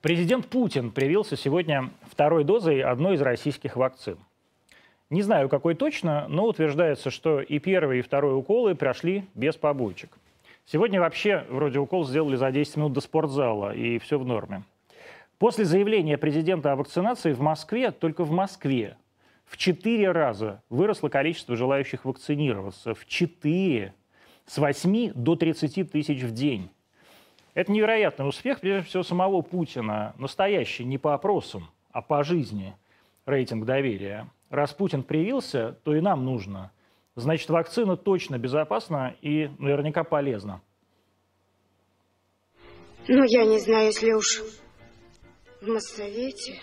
Президент Путин привился сегодня второй дозой одной из российских вакцин. Не знаю, какой точно, но утверждается, что и первый, и второй уколы прошли без побоечек. Сегодня вообще вроде укол сделали за 10 минут до спортзала, и все в норме. После заявления президента о вакцинации в Москве, только в Москве, в 4 раза выросло количество желающих вакцинироваться. В 4. С 8 до 30 тысяч в день. Это невероятный успех, прежде всего, самого Путина. Настоящий, не по опросам, а по жизни рейтинг доверия. Раз Путин привился, то и нам нужно. Значит, вакцина точно безопасна и наверняка полезна. Ну, я не знаю, если уж в Моссовете.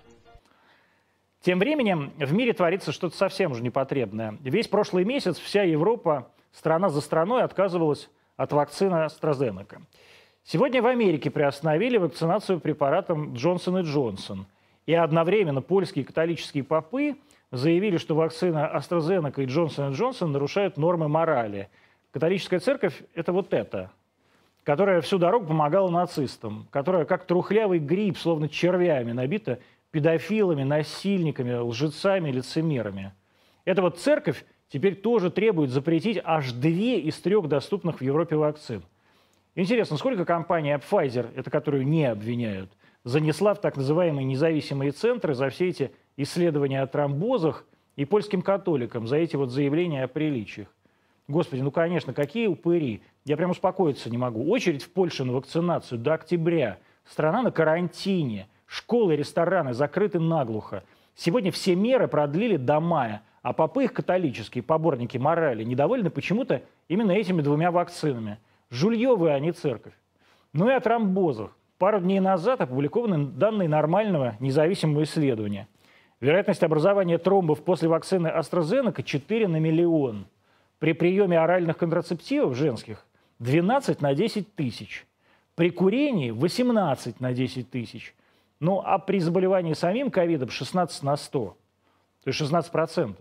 Тем временем в мире творится что-то совсем уже непотребное. Весь прошлый месяц вся Европа, страна за страной, отказывалась от вакцины AstraZeneca. Сегодня в Америке приостановили вакцинацию препаратом Johnson & Johnson. И одновременно польские католические попы заявили, что вакцина AstraZeneca и Johnson & Johnson нарушают нормы морали. Католическая церковь – это вот это, которая всю дорогу помогала нацистам, которая как трухлявый гриб, словно червями, набита педофилами, насильниками, лжецами, лицемерами. Эта вот церковь теперь тоже требует запретить аж 2 из 3 доступных в Европе вакцин. Интересно, сколько компания Pfizer, это которую не обвиняют, занесла в так называемые независимые центры за все эти исследования о тромбозах и польским католикам, за эти вот заявления о приличиях. Господи, ну конечно, какие упыри. Я прям успокоиться не могу. Очередь в Польше на вакцинацию до октября. Страна на карантине. Школы и рестораны закрыты наглухо. Сегодня все меры продлили до мая. А попы их католические, поборники морали, недовольны почему-то именно этими 2 вакцинами. Жульевы, а не церковь. Ну и о тромбозах. Пару дней назад опубликованы данные нормального независимого исследования. Вероятность образования тромбов после вакцины AstraZeneca 4 на миллион. При приеме оральных контрацептивов женских 12 на 10 тысяч. При курении 18 на 10 тысяч. Ну а при заболевании самим ковидом 16 на 100. То есть 16%.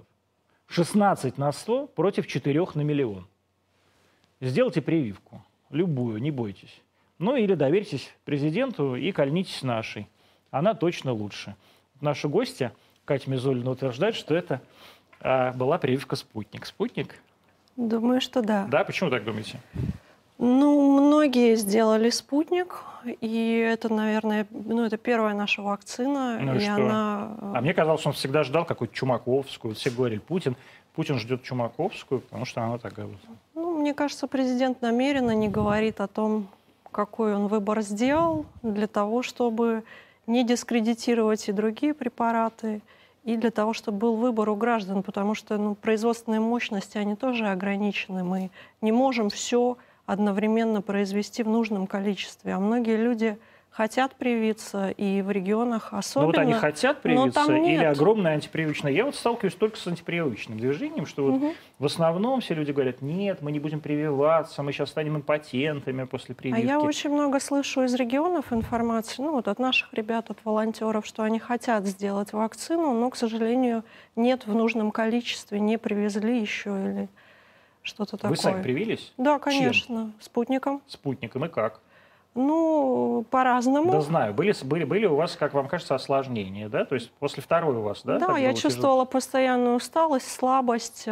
16 на 100 против 4 на миллион. Сделайте прививку. Любую, не бойтесь. Ну или доверьтесь президенту и кольнитесь нашей. Она точно лучше. Наша гостья Катя Мизулина утверждает, что это была прививка «Спутник». «Спутник»? Думаю, что да. Да? Почему так думаете? Ну, многие сделали «Спутник», и это, наверное, это первая наша вакцина. Ну и что? А мне казалось, что он всегда ждал какую-то Чумаковскую. Все говорили, Путин ждет Чумаковскую, потому что она такая вот. Ну, мне кажется, президент намеренно не говорит о том, какой он выбор сделал, для того, чтобы не дискредитировать и другие препараты, и для того, чтобы был выбор у граждан, потому что производственные мощности, они тоже ограничены. Мы не можем все одновременно произвести в нужном количестве. А многие люди хотят привиться, и в регионах особенно. Ну вот они хотят привиться или огромное антипрививочное? Я вот сталкиваюсь только с антипрививочным движением, что вот в основном все люди говорят, нет, мы не будем прививаться, мы сейчас станем импотентами после прививки. А я очень много слышу из регионов информации, от наших ребят, от волонтеров, что они хотят сделать вакцину, но, к сожалению, нет в нужном количестве, не привезли еще или что-то такое. Вы сами привились? Да, конечно. Чем? Спутником. Спутником и как? Ну, по-разному. Да знаю. Были у вас, как вам кажется, осложнения, да? То есть после второй у вас, да? Да, я чувствовала постоянную усталость, слабость,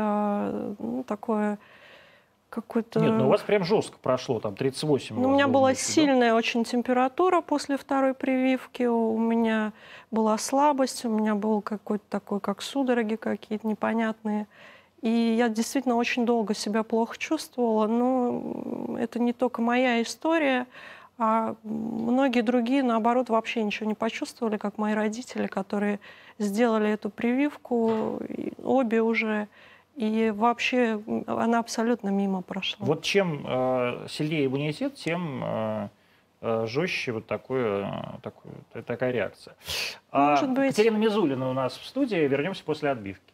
такое какое-то... Нет, у вас прям жестко прошло, там 38. У меня была сильная очень температура после второй прививки, у меня была слабость, у меня был какой-то такой, как судороги какие-то непонятные. И я действительно очень долго себя плохо чувствовала. Но это не только моя история, а многие другие, наоборот, вообще ничего не почувствовали, как мои родители, которые сделали эту прививку, обе уже, и вообще она абсолютно мимо прошла. Вот чем сильнее иммунитет, тем жестче вот такая реакция. Может быть. Катерина Мизулина у нас в студии. Вернемся после отбивки.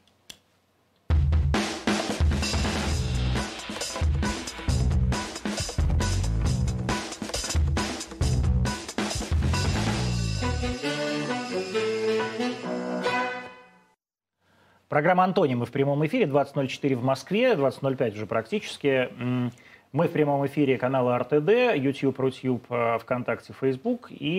Программа «Антонимы» в прямом эфире, 20:04 в Москве, 20:05 уже практически. Мы в прямом эфире канала РТД, YouTube, Рутюб, ВКонтакте, Facebook и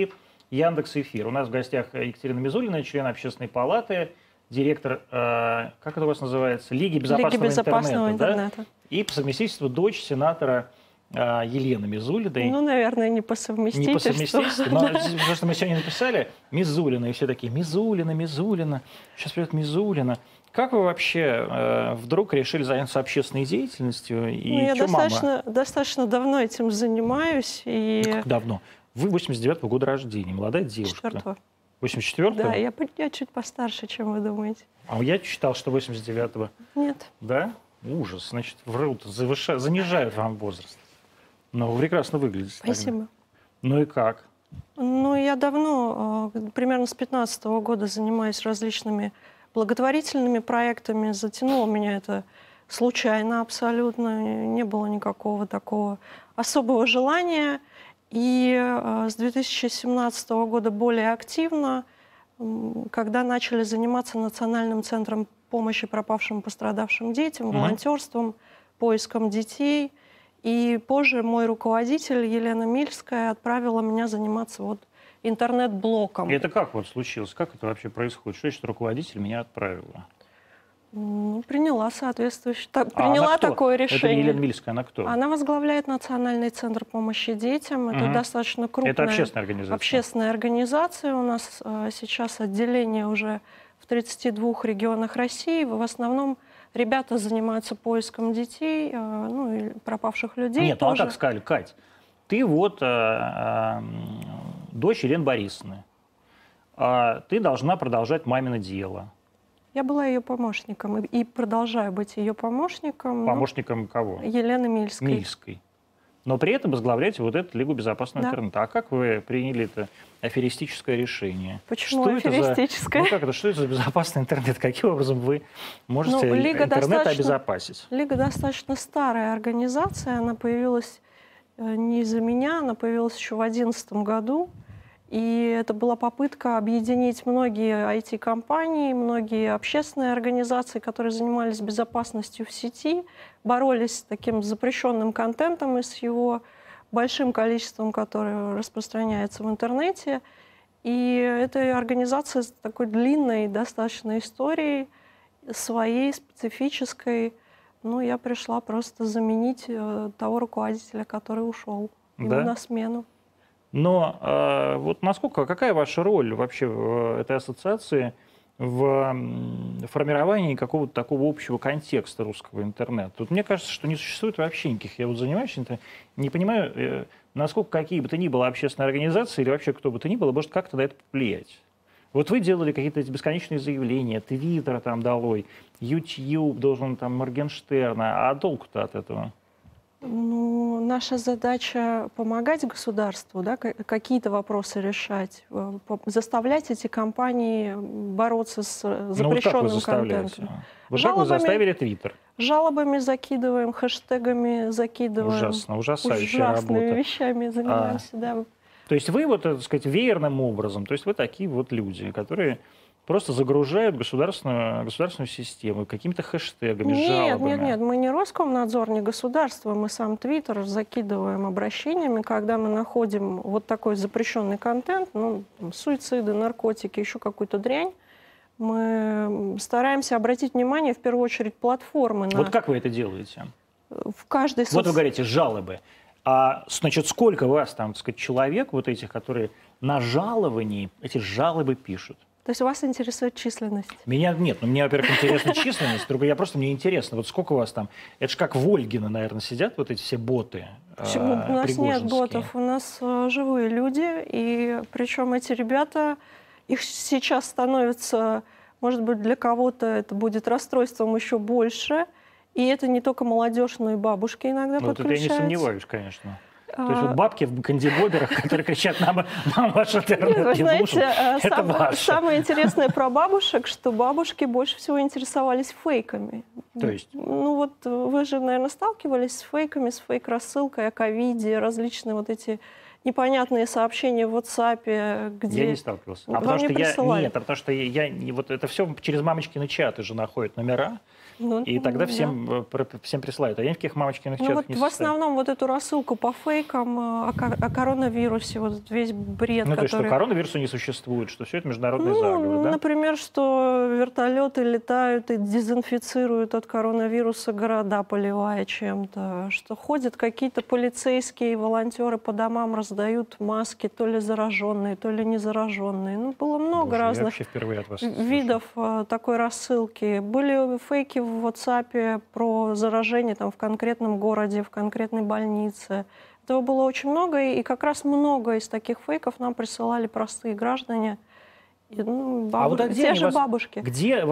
Яндекс.Эфир. У нас в гостях Екатерина Мизулина, член Общественной палаты, директор, как это у вас называется, Лиги безопасного интернета. Да? И по совместительству дочь сенатора Елены Мизулиной. Ну, наверное, не по совместительству. Не по совместительству, но потому что мы сегодня написали Мизулина, и все такие: Мизулина, Мизулина, сейчас придет Мизулина. Как вы вообще вдруг решили заняться общественной деятельностью? И я достаточно давно этим занимаюсь. И... Как давно? Вы 89-го года рождения, молодая девушка. 4-го. 84-го? Да, я чуть постарше, чем вы думаете. А я читал, что 89-го. Нет. Да? Ужас. Значит, врут, занижают вам возраст. Но вы прекрасно выглядите. Спасибо. Тогда. Ну и как? Ну, я давно, примерно с 15-го года, занимаюсь различными благотворительными проектами. Затянуло меня это случайно абсолютно. Не было никакого такого особого желания. И с 2017 года более активно, когда начали заниматься Национальным центром помощи пропавшим и пострадавшим детям, волонтерством, поиском детей. И позже мой руководитель Елена Мильская отправила меня заниматься вот интернет-блоком. И это как вот случилось? Как это вообще происходит? Что значит руководитель меня отправила? Ну, приняла соответствующее. Приняла такое решение. Это Елена Мильская, она кто? Она возглавляет Национальный центр помощи детям. Это достаточно крупная это общественная организация. Общественная организация. У нас сейчас отделение уже в 32 регионах России. В основном ребята занимаются поиском детей, ну и пропавших людей. Нет, тоже. Ну а как сказали, Кать, ты вот дочь Елены Борисовны. Ты должна продолжать мамино дело. Я была ее помощником и продолжаю быть ее помощником. Помощником кого? Елены Мильской. Мильской. Но при этом возглавляете вот эту Лигу безопасного интернета. А как вы приняли это аферистическое решение? Почему что аферистическое? Ну как это? Что это за безопасный интернет? Каким образом вы можете интернет обезопасить? Лига достаточно старая организация. Она появилась не из-за меня, она появилась еще в 2011 году. И это была попытка объединить многие IT-компании, многие общественные организации, которые занимались безопасностью в сети, боролись с таким запрещенным контентом и с его большим количеством, которое распространяется в интернете. И эта организация с такой длинной достаточно историей, своей, специфической. Ну, я пришла просто заменить того руководителя, который ушел на смену. Но вот насколько, какая ваша роль вообще в этой ассоциации в формировании какого-то такого общего контекста русского интернета? Тут мне кажется, что не существует вообще никаких. Я вот занимаюсь этим, не понимаю, насколько какие бы то ни было общественные организации или вообще кто бы то ни было может как-то на это повлиять. Вот вы делали какие-то эти бесконечные заявления, Твиттер там долой, YouTube должен там Моргенштерна, а толку-то от этого? Ну, наша задача помогать государству, да, какие-то вопросы решать, заставлять эти компании бороться с запрещенным контентом. Вот как вы заставили Твиттер? Жалобами закидываем, хэштегами закидываем. Ужасно, ужасающая работа. Ужасными вещами занимаемся, да. То есть вы вот, так сказать, веерным образом, то есть вы такие вот люди, которые просто загружают государственную систему какими-то хэштегами, жалобами. Нет, мы не Роскомнадзор, не государство, мы сам Твиттер закидываем обращениями, когда мы находим вот такой запрещенный контент, ну, суициды, наркотики, еще какую-то дрянь, мы стараемся обратить внимание, в первую очередь, платформы. Вот как вы это делаете? В каждой Вот вы говорите, жалобы. А, значит, сколько у вас там, так сказать, человек вот этих, которые на жаловании эти жалобы пишут? То есть вас интересует численность? Меня нет. Ну, мне, во-первых, интересна численность, мне интересно, вот сколько у вас там. Это же как в Ольгино, наверное, сидят вот эти все боты. Почему? У нас нет ботов, у нас живые люди, и причем эти ребята, их сейчас становится, может быть, для кого-то это будет расстройством еще больше, и это не только молодежь, но и бабушки иногда подключаются. Вот это я не сомневаюсь, конечно. То есть вот бабки в кандибоберах, которые кричат, нам ваш интернет не нужен, это ваше. Самое интересное про бабушек, что бабушки больше всего интересовались фейками. То есть? Ну вот вы же, наверное, сталкивались с фейками, с фейк-рассылкой о ковиде, различные вот эти непонятные сообщения в WhatsApp, где... Я не сталкивался. Вам потому не что присылали? Нет, потому что вот это все через мамочкины чаты же находят номера, Ну, и тогда да. всем присылают. А я ни в каких мамочкиных Ну чатах вот не в состою. основном вот эту рассылку по фейкам о коронавирусе, вот этот весь бред, Ну, то есть, что который... коронавируса не существует, что все это международный Ну, заговор, да? например, что вертолеты летают и дезинфицируют от коронавируса города, поливая чем-то, что ходят какие-то полицейские и волонтеры по домам, раздают маски, то ли зараженные, то ли не зараженные. Ну, было много Боже, я разных вообще впервые от вас слышу. видов такой рассылки. Были фейки в WhatsApp про заражение там, в конкретном городе, в конкретной больнице. Этого было очень много, и как раз много из таких фейков нам присылали простые граждане. И, ну, А вот где те они же вас- бабушки.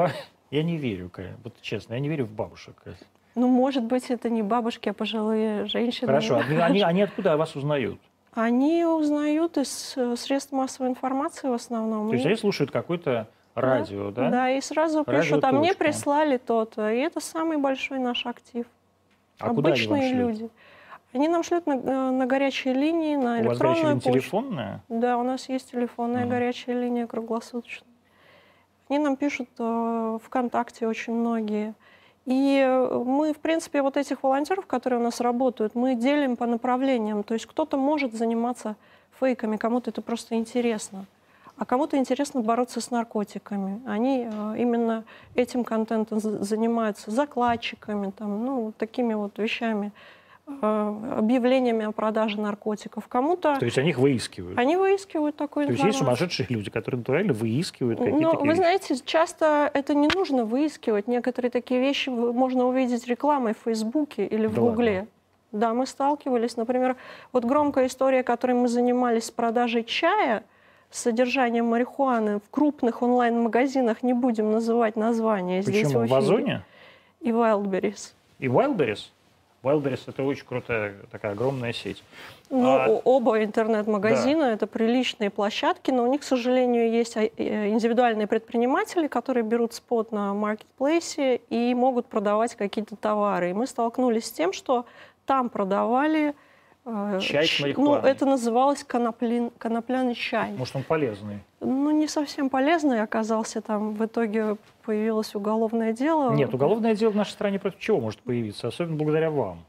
Я не верю, Кая, вот честно, я не верю в бабушек. Кая. Ну, может быть, это не бабушки, а пожилые женщины. Хорошо, они откуда о вас узнают? Они узнают из средств массовой информации в основном. То есть И- они слушают какое-то радио, да? Да, и сразу пишут, а мне Радиоточка. прислали то-то. И это самый большой наш актив. А куда они вам Обычные шлют? люди. Они нам шлют на горячие линии, на У вас горячая электронную линия почту. телефонная? Да, у нас есть телефонная Мгм. горячая линия круглосуточная. Они нам пишут ВКонтакте очень многие. И мы, в принципе, вот этих волонтеров, которые у нас работают, мы делим по направлениям. То есть кто-то может заниматься фейками, кому-то это просто интересно. А кому-то интересно бороться с наркотиками. Они именно этим контентом занимаются, закладчиками, там, ну, такими вот вещами, объявлениями о продаже наркотиков. Кому-то То есть они их выискивают? они выискивают такую То есть есть информацию. сумасшедшие люди, которые натурально выискивают какие-то Ну, такие вы вещи? знаете, часто это не нужно выискивать. Некоторые такие вещи можно увидеть рекламой в Фейсбуке или в Да Гугле. ладно? Да, мы сталкивались. Например, вот громкая история, которой мы занимались с продажей чая с содержанием марихуаны в крупных онлайн-магазинах, не будем называть названия здесь Почему? в В эфире. Озоне? И Wildberries. И Wildberries? Wildberries — это очень крутая такая огромная сеть. Ну, А- оба интернет-магазина это приличные площадки, но у них, к сожалению, есть индивидуальные предприниматели, которые берут спот на маркетплейсе и могут продавать какие-то товары. И мы столкнулись с тем, что там продавали... Чай с ну, марихуаной. это называлось конопляный чай. Может, он полезный? Ну, не совсем полезный оказался. Там в итоге появилось уголовное дело. Нет, уголовное дело в нашей стране против чего может появиться? Особенно благодаря вам.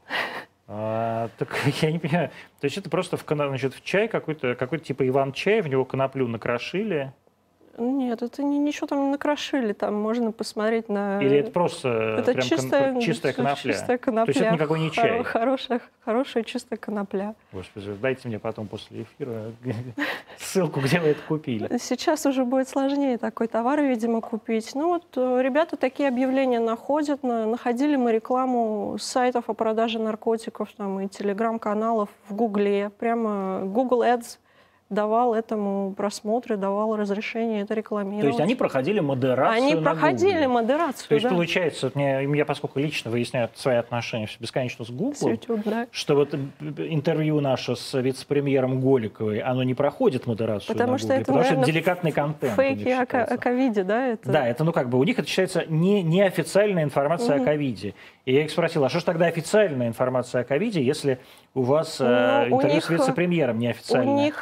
Так я не понимаю. То есть это просто в чай какой-то типа Иван-чай, в него коноплю накрошили? Нет, это ничего там не накрошили. Там можно посмотреть на... Или это просто Это прям чистая конопля? Чистая конопля. То есть это никакой не чай? Хорошая чистая конопля. Господи, дайте мне потом после эфира ссылку, где вы это купили. Сейчас уже будет сложнее такой товар, видимо, купить. Ну вот ребята такие объявления находят. Находили мы рекламу с сайтов о продаже наркотиков там, и телеграм-каналов в Гугле. Прямо Google Ads давал этому просмотры, давал разрешение это рекламировать. То есть они проходили модерацию Они на проходили Гугле. модерацию, То есть да. получается, вот я поскольку лично выясняю свои отношения бесконечно с С Гуглом, YouTube, да. что вот интервью наше с вице-премьером Голиковой, оно не проходит модерацию Потому на что Гугле, это, потому что это наверное, деликатный контент. у них Фейки о считается. ковиде, да? Это... Да, это у них это считается неофициальная информация о ковиде. И я их спросил, а что же тогда официальная информация о ковиде, если у вас у интервью них, с вице-премьером У неофициальное? них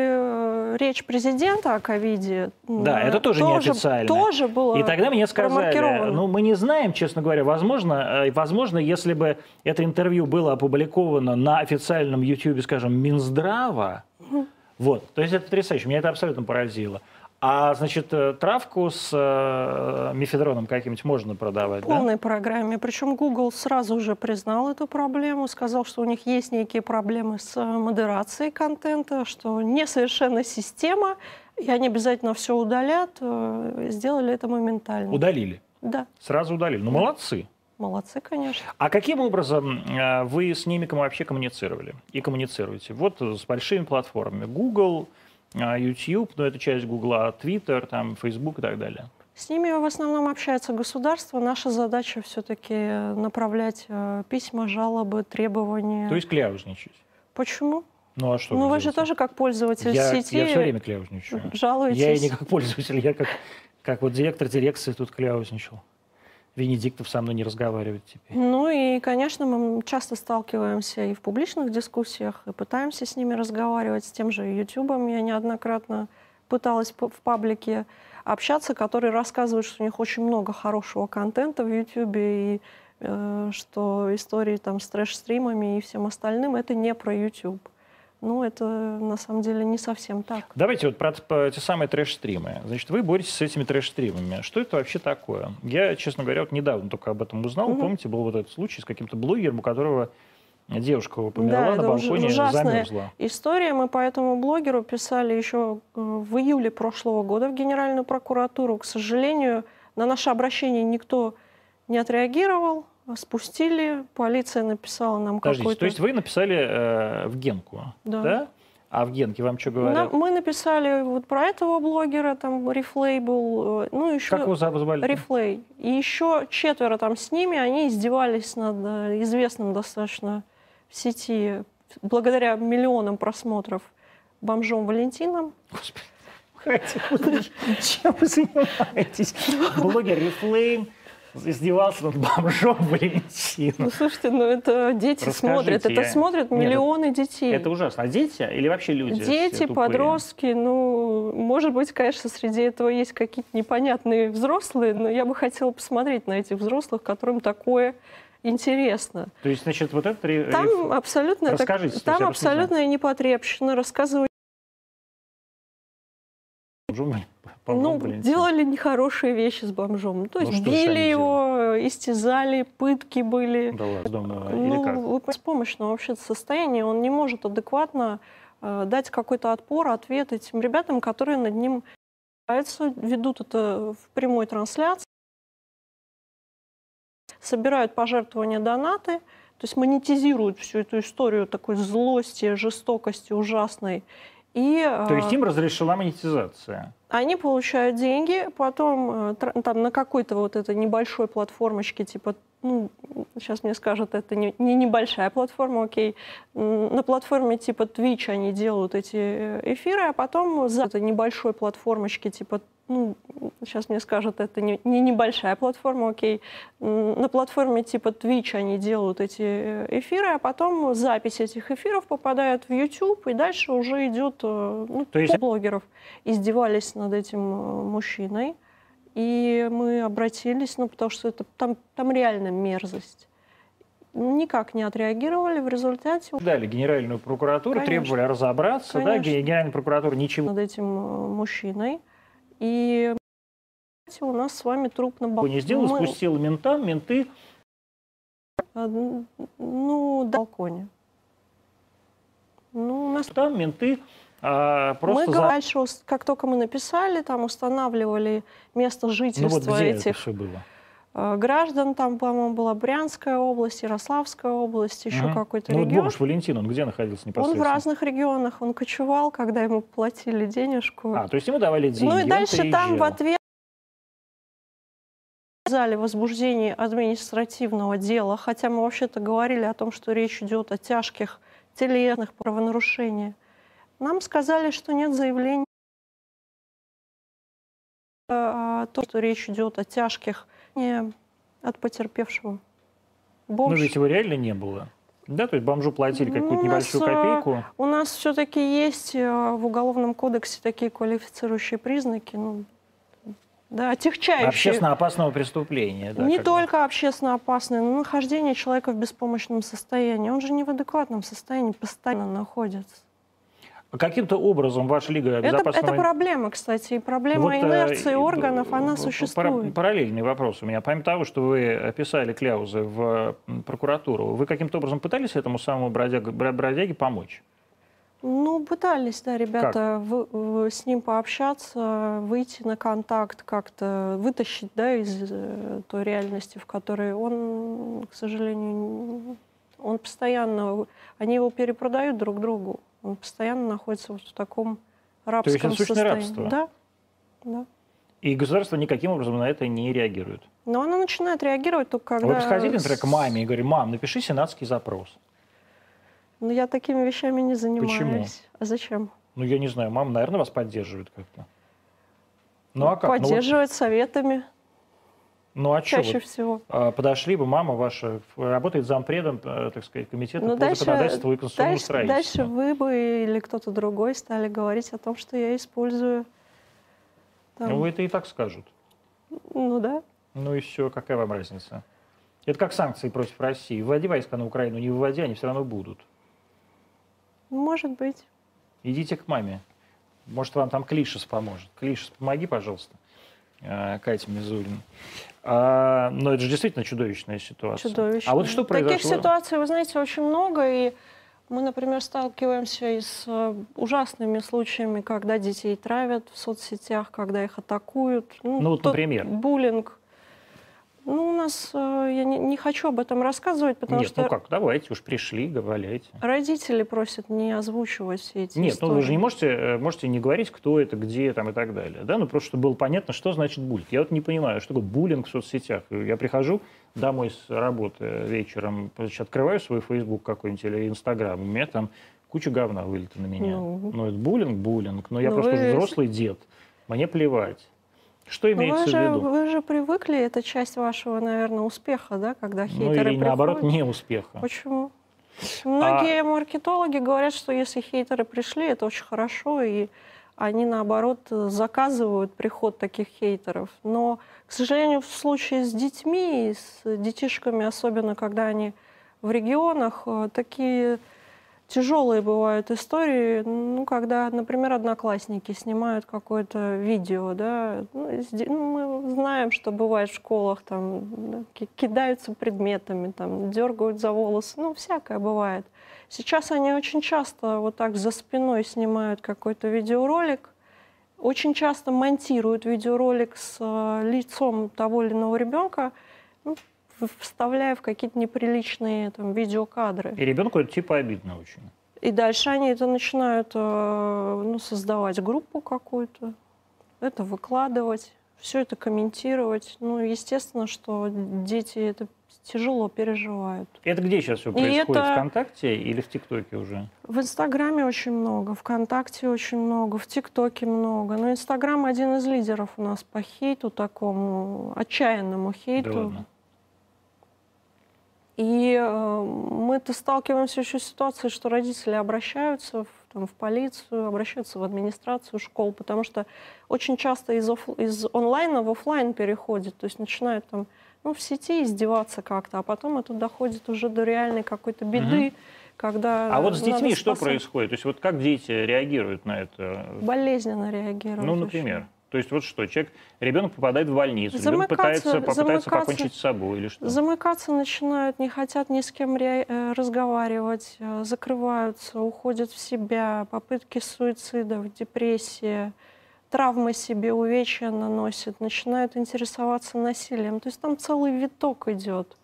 и речь президента о ковиде Да, это тоже неофициально. Тоже было И тогда мне сказали, промаркировано. ну мы не знаем, честно говоря, возможно, если бы это интервью было опубликовано на официальном YouTube, скажем, Минздрава, вот, то есть это потрясающе, меня это абсолютно поразило. А, значит, травку с мефедроном каким-нибудь можно продавать, В полной программе. Причем Google сразу же признал эту проблему, сказал, что у них есть некие проблемы с модерацией контента, что несовершенна система, и они обязательно все удалят. Сделали это моментально. Удалили? Да. Сразу удалили. Ну, молодцы. Молодцы, конечно. А каким образом вы с ними вообще коммуницировали и коммуницируете? Вот с большими платформами. Google, YouTube, ну это часть Гугла, Twitter, там, Facebook и так далее. С ними в основном общается государство. Наша задача все-таки направлять письма, жалобы, требования. То есть кляузничать. Почему? Ну а что Ну, вы же делаете? тоже как пользователь сети Я все время кляузничаю. жалуетесь. Я и не как пользователь, я как вот директор дирекции тут кляузничал. Венедиктов со мной не разговаривает теперь. Ну и, конечно, мы часто сталкиваемся и в публичных дискуссиях, и пытаемся с ними разговаривать. С тем же Ютубом я неоднократно пыталась в паблике общаться, которые рассказывают, что у них очень много хорошего контента в Ютубе, и что истории там с трэш-стримами и всем остальным — это не про Ютуб. Ну, это на самом деле не совсем так. Давайте вот про те самые трэш-стримы. Значит, вы боретесь с этими трэш-стримами. Что это вообще такое? Я, честно говоря, вот недавно только об этом узнал. Помните, был вот этот случай с каким-то блогером, у которого девушка померла на балконе, замерзла. История. Мы по этому блогеру писали еще в июле прошлого года в Генеральную прокуратуру. К сожалению, на наше обращение никто не отреагировал. Спустили, полиция написала нам какой-то... То есть вы написали в Генку, да? А в Генке вам что говорят? Мы написали вот про этого блогера, там Рифлей был, ну еще... Как его звали? Рифлей. И еще 4 там с ними, они издевались над известным достаточно в сети, благодаря миллионам просмотров, бомжом Валентином. Господи, чем вы занимаетесь? Блогер Рифлей издевался над бомжом Валентином. Ну, слушайте, ну это дети смотрят. Это смотрят миллионы детей. Это ужасно. А дети или вообще люди? Дети, подростки. Ну, может быть, конечно, среди этого есть какие-то непонятные взрослые, но я бы хотела посмотреть на этих взрослых, которым такое интересно. То есть, значит, вот это... Там абсолютно... Расскажите. Там абсолютно непотребщина. Рассказывать... Ну, делали нехорошие вещи с бомжом. То есть били его, истязали, пытки были. Да ладно, ну, в беспомощном вообще состоянии он не может адекватно дать какой-то отпор, ответ этим ребятам, которые над ним ведут это в прямой трансляции, собирают пожертвования, донаты, то есть монетизируют всю эту историю такой злости, жестокости ужасной. То есть им разрешена монетизация? Они получают деньги, потом там на какой-то вот этой небольшой платформочке, типа, ну, сейчас мне скажут, это не небольшая платформа, окей, на платформе типа Twitch они делают эти эфиры, а потом за этой небольшой платформочке, типа, ну, сейчас мне скажут, это не небольшая платформа, окей, на платформе типа Twitch они делают эти эфиры, а потом запись этих эфиров попадает в YouTube, и дальше уже идет, ну, блогеров издевались над этим мужчиной, и мы обратились, ну, потому что это, там реально мерзость. Никак не отреагировали, в результате... Дали Генеральную прокуратуру, требовали разобраться, да, Генеральная прокуратура ничего... Над этим мужчиной, и у нас с вами труп на балконе. Не сделал, спустил ментам, менты... Ну, на балконе. Ну, у нас... Там менты... Мы дальше, как только мы написали, там устанавливали место жительства этих граждан. Там, по-моему, была Брянская область, Ярославская область, еще какой-то регион. Ну, бомж Валентин, он где находился непосредственно? Он в разных регионах. Он кочевал, когда ему платили денежку. То есть ему давали деньги, ну и дальше там в ответ сказали возбуждение административного дела, хотя мы вообще-то говорили о том, что речь идет о тяжких телесных правонарушениях. Нам сказали, что нет заявлений о том, что речь идет о тяжких от потерпевшего. Ну ведь его реально не было. Да, то есть бомжу платили какую-то небольшую копейку. У нас все-таки есть в Уголовном кодексе такие квалифицирующие признаки, ну, да, отягчающие. Общественно опасного преступления. Да, не только общественно опасное, но нахождение человека в беспомощном состоянии. Он же не в адекватном состоянии постоянно находится. Каким-то образом ваша Лига безопасного... Это проблема, кстати, и проблема инерции органов, она существует. Параллельный вопрос у меня. Помимо того, что вы писали кляузы в прокуратуру, вы каким-то образом пытались этому самому бродяге помочь? Ну, пытались, да, ребята, с ним пообщаться, выйти на контакт, как-то вытащить, да, из той реальности, в которой он, к сожалению, он постоянно... Они его перепродают друг другу. Он постоянно находится вот в таком рабском состоянии. То есть это сущное рабство? Да, да. И государство никаким образом на это не реагирует? Но оно начинает реагировать только когда... Вы подходили, например, к маме и говорили: мам, напиши сенатский запрос. Ну, я такими вещами не занимаюсь. Почему? А зачем? Ну, я не знаю, мама, наверное, вас поддерживает как-то. Ну, а как? Поддерживает советами. Ну а что? чаще всего. Подошли бы, мама ваша работает зампредом, так сказать, комитета Ну, по законодательству и конституционному строительству. дальше вы бы или кто-то другой стали говорить о том, что я использую. Там, Ну, это и так скажут. ну да. Ну и все, какая вам разница? Это как санкции против России. Вводи войска на Украину, не вводи, они все равно будут. Может быть. Идите к маме. Может, вам там Клишес поможет. Клишес, помоги, пожалуйста, Катя Мизулина. Но это же действительно чудовищная ситуация. Чудовищно. А вот что произошло? Таких ситуаций, вы знаете, очень много. И мы, например, сталкиваемся и с ужасными случаями, когда детей травят в соцсетях, когда их атакуют. Ну вот, например. Буллинг. Ну, у нас, я не хочу об этом рассказывать, потому Нет, что ну как, давайте, уж пришли, говорите. родители просят не озвучивать все эти Нет, истории. ну вы же не можете не говорить, кто это, где там и так далее. Да? Ну просто, чтобы было понятно, что значит буллинг. Я вот не понимаю, что такое буллинг в соцсетях. Я прихожу домой с работы вечером, открываю свой Facebook какой-нибудь или Instagram, у меня там куча говна вылета на меня. Ну это буллинг. Но я Ну, просто вы- уже взрослый дед, мне плевать. Что Но имеется в виду? вы же привыкли, это часть вашего, наверное, успеха, да, когда Ну хейтеры или наоборот, приходят. не успеха. Почему? Многие маркетологи говорят, что если хейтеры пришли, это очень хорошо, и они, наоборот, заказывают приход таких хейтеров. Но, к сожалению, в случае с детьми, и с детишками, особенно когда они в регионах, такие тяжелые бывают истории, ну, когда, например, одноклассники снимают какое-то видео, да, мы знаем, что бывает в школах, там, да, кидаются предметами, там, дергают за волосы, ну, всякое бывает. Сейчас они очень часто вот так за спиной снимают какой-то видеоролик, очень часто монтируют видеоролик с лицом того или иного ребенка, ну, вставляя в какие-то неприличные там видеокадры. И ребенку это типа обидно очень. И дальше они это начинают создавать группу какую-то, это выкладывать, все это комментировать. Ну, естественно, что дети это тяжело переживают. Это где сейчас все И происходит? это- ВКонтакте или в ТикТоке уже? В Инстаграме очень много, ВКонтакте очень много, в ТикТоке много. Но Инстаграм один из лидеров у нас по хейту такому, отчаянному хейту. Да ладно. И мы-то сталкиваемся еще с ситуацией, что родители обращаются в полицию, обращаются в администрацию школ, потому что очень часто из онлайна в офлайн переходит, то есть начинают там, в сети издеваться как-то, а потом это доходит уже до реальной какой-то беды, когда А вот с надо детьми что спасать. происходит? То есть вот как дети реагируют на это? Болезненно реагируют. Ну, очень. например. То есть вот что, ребенок попадает в больницу, ребенок пытается покончить с собой или что? Замыкаться начинают, не хотят ни с кем разговаривать, закрываются, уходят в себя, попытки суицидов, депрессия, травмы себе, увечья наносят, начинают интересоваться насилием. То есть там целый виток идет.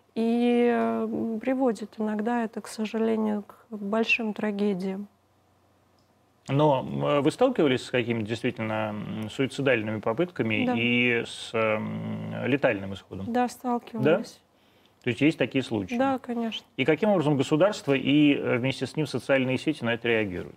И приводит иногда это, к сожалению, к большим трагедиям. Но вы сталкивались с какими-то действительно суицидальными попытками Да. и с летальным исходом? Да, сталкивались. То есть есть такие случаи? Да, конечно. И каким образом государство и вместе с ним социальные сети на это реагируют?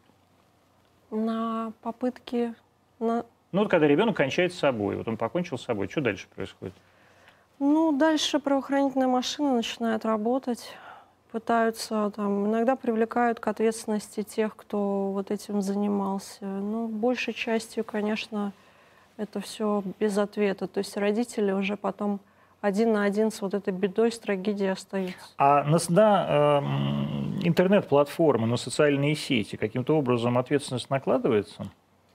На попытки... Ну вот когда ребенок кончает с собой, вот он покончил с собой, что дальше происходит? Ну, дальше правоохранительная машина начинает работать, пытаются там, иногда привлекают к ответственности тех, кто вот этим занимался. Ну, большей частью, конечно, это все без ответа. То есть родители уже потом один на один с вот этой бедой, с трагедией остаются. А на интернет-платформы, на социальные сети каким-то образом ответственность накладывается?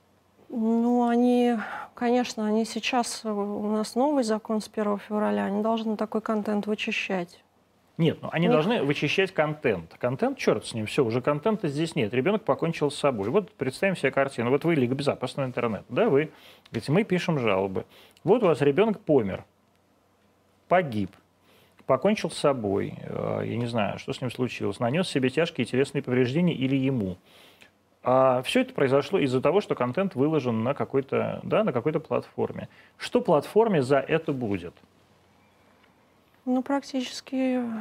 Ну, конечно, они сейчас, у нас новый закон с 1 февраля, они должны такой контент вычищать. Нет, ну они должны вычищать контент. Контент, черт с ним, все, уже контента здесь нет. Ребенок покончил с собой. Вот представим себе картину. Вот вы Лига безопасного интернета, да, вы говорите, мы пишем жалобы. Вот у вас ребенок помер, погиб, покончил с собой, я не знаю, что с ним случилось, нанес себе тяжкие телесные повреждения или ему. А все это произошло из-за того, что контент выложен на какой-то, на какой-то платформе. Что платформе за это будет? Ну, практически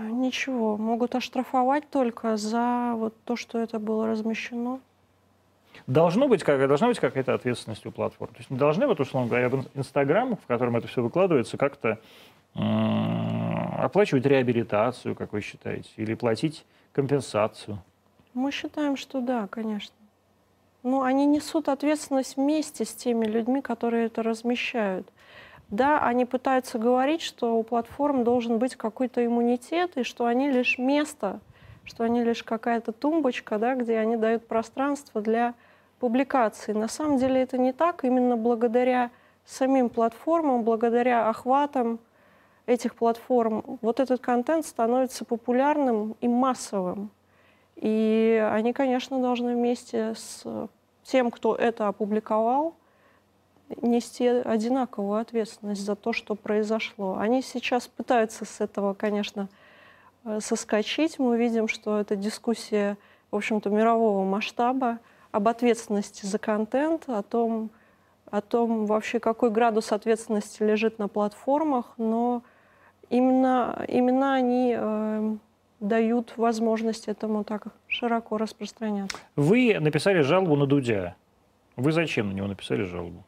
ничего. Могут оштрафовать только за вот то, что это было размещено. Должна быть какая-то ответственность у платформ. То есть не должны, вот, условно говоря, в Инстаграм, в котором это все выкладывается, как-то оплачивать реабилитацию, как вы считаете, или платить компенсацию? Мы считаем, что да, конечно. Ну, они несут ответственность вместе с теми людьми, которые это размещают. Да, они пытаются говорить, что у платформ должен быть какой-то иммунитет, и что они лишь место, что они лишь какая-то тумбочка, да, где они дают пространство для публикаций. На самом деле это не так. Именно благодаря самим платформам, благодаря охватам этих платформ, вот этот контент становится популярным и массовым. И они, конечно, должны вместе с тем, кто это опубликовал, нести одинаковую ответственность за то, что произошло. Они сейчас пытаются с этого, конечно, соскочить. Мы видим, что это дискуссия, в общем-то, мирового масштаба об ответственности за контент, о том вообще, какой градус ответственности лежит на платформах, но именно они дают возможность этому так широко распространяться. Вы написали жалобу на Дудя. Вы зачем на него написали жалобу?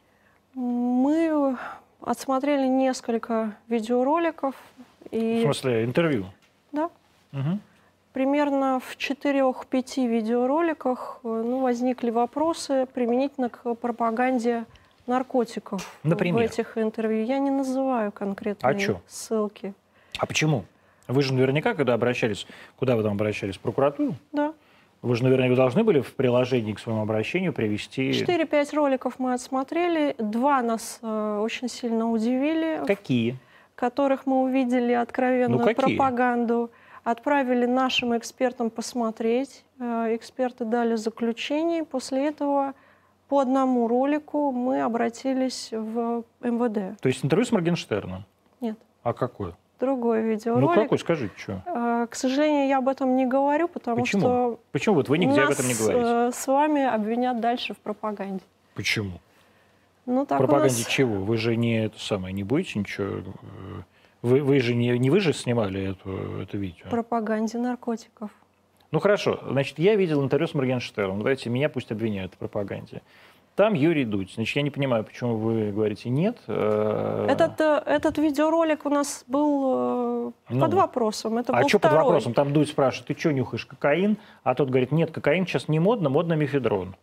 Мы отсмотрели несколько видеороликов. В смысле, интервью? Да. Угу. Примерно в 4-5 видеороликах возникли вопросы применительно к пропаганде наркотиков. Например? В этих интервью. Я не называю конкретные ссылки. А почему? Вы же наверняка, когда обращались, куда вы там обращались? В прокуратуру? Да. Вы же наверняка должны были в приложении к своему обращению привести... 4-5 роликов мы отсмотрели. 2 нас очень сильно удивили. Какие? В которых мы увидели откровенную пропаганду. Отправили нашим экспертам посмотреть. Эксперты дали заключение. После этого по одному ролику мы обратились в МВД. То есть интервью с Моргенштерном? Нет. А какое? Другой видеоролик. Ну какой, скажите, что? К сожалению, я об этом не говорю, потому что... Почему вот вы нигде об этом не говорите? Нас с вами обвинят дальше в пропаганде. Почему? Ну, так в пропаганде чего? Вы же не будете ничего... Вы же не вы же снимали это видео? Пропаганде наркотиков. Ну хорошо, значит, я видел интервью с Моргенштерном. Давайте меня пусть обвиняют в пропаганде. Там Юрий Дудь. Значит, я не понимаю, почему вы говорите нет. Этот видеоролик у нас был под вопросом. Это был что второй. под вопросом? Там Дудь спрашивает, ты что нюхаешь, кокаин? А тот говорит, нет, кокаин сейчас не модно, модно мефедрон.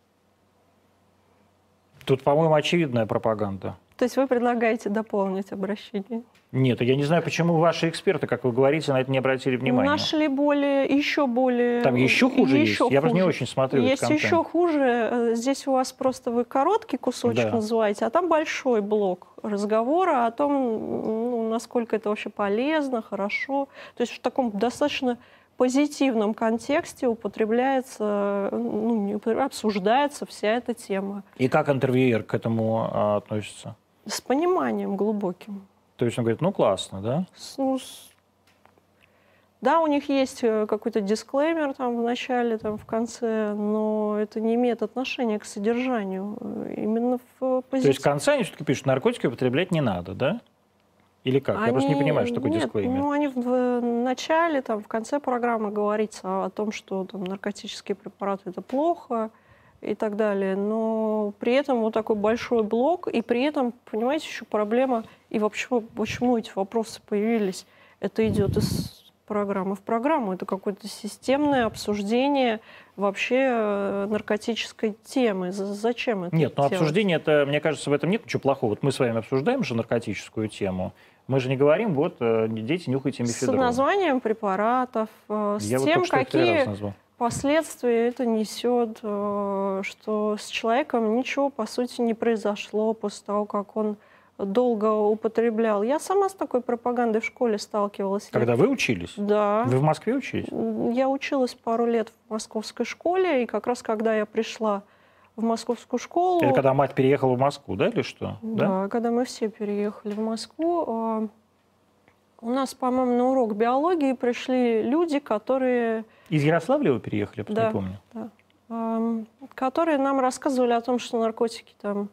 Тут, по-моему, очевидная пропаганда. То есть вы предлагаете дополнить обращение? Нет, я не знаю, почему ваши эксперты, как вы говорите, на это не обратили внимания. Нашли еще более... Там еще хуже есть? Я просто не очень смотрю Есть этот контент. еще хуже. Здесь у вас просто вы короткий кусочек называете, а там большой блок разговора о том, насколько это вообще полезно, хорошо. То есть в таком достаточно позитивном контексте употребляется, обсуждается вся эта тема. И как интервьюер к этому относится? С пониманием глубоким. То есть он говорит, ну классно, да? Да, у них есть какой-то дисклеймер там в начале, там в конце, но это не имеет отношения к содержанию. Именно в позитиве. То есть в конце они все-таки пишут, наркотики употреблять не надо, да? Или как? Я просто не понимаю, что такое дисклеймер. Ну, они в начале, там, в конце программы говорится о том, что там, наркотические препараты – это плохо и так далее. Но при этом вот такой большой блок, и при этом, понимаете, еще проблема, и вообще, почему эти вопросы появились, это идет из программы в программу. Это какое-то системное обсуждение вообще наркотической темы. Зачем это Нет, но делать? обсуждение, это, мне кажется, в этом нет ничего плохого. Вот мы с вами обсуждаем же наркотическую тему. Мы же не говорим, вот, дети, нюхайте мефедрон. С названием препаратов, с тем, какие последствия это несет, что с человеком ничего, по сути, не произошло после того, как он долго употреблял. Я сама с такой пропагандой в школе сталкивалась. Когда вы учились? Да. Вы в Москве учились? Я училась пару лет в московской школе, и как раз когда я пришла в московскую школу... Это когда мать переехала в Москву, да, или что? Да, когда мы все переехали в Москву. У нас, по-моему, на урок биологии пришли люди, которые... Из Ярославля вы переехали, я не помню. Да. Которые нам рассказывали о том, что наркотики там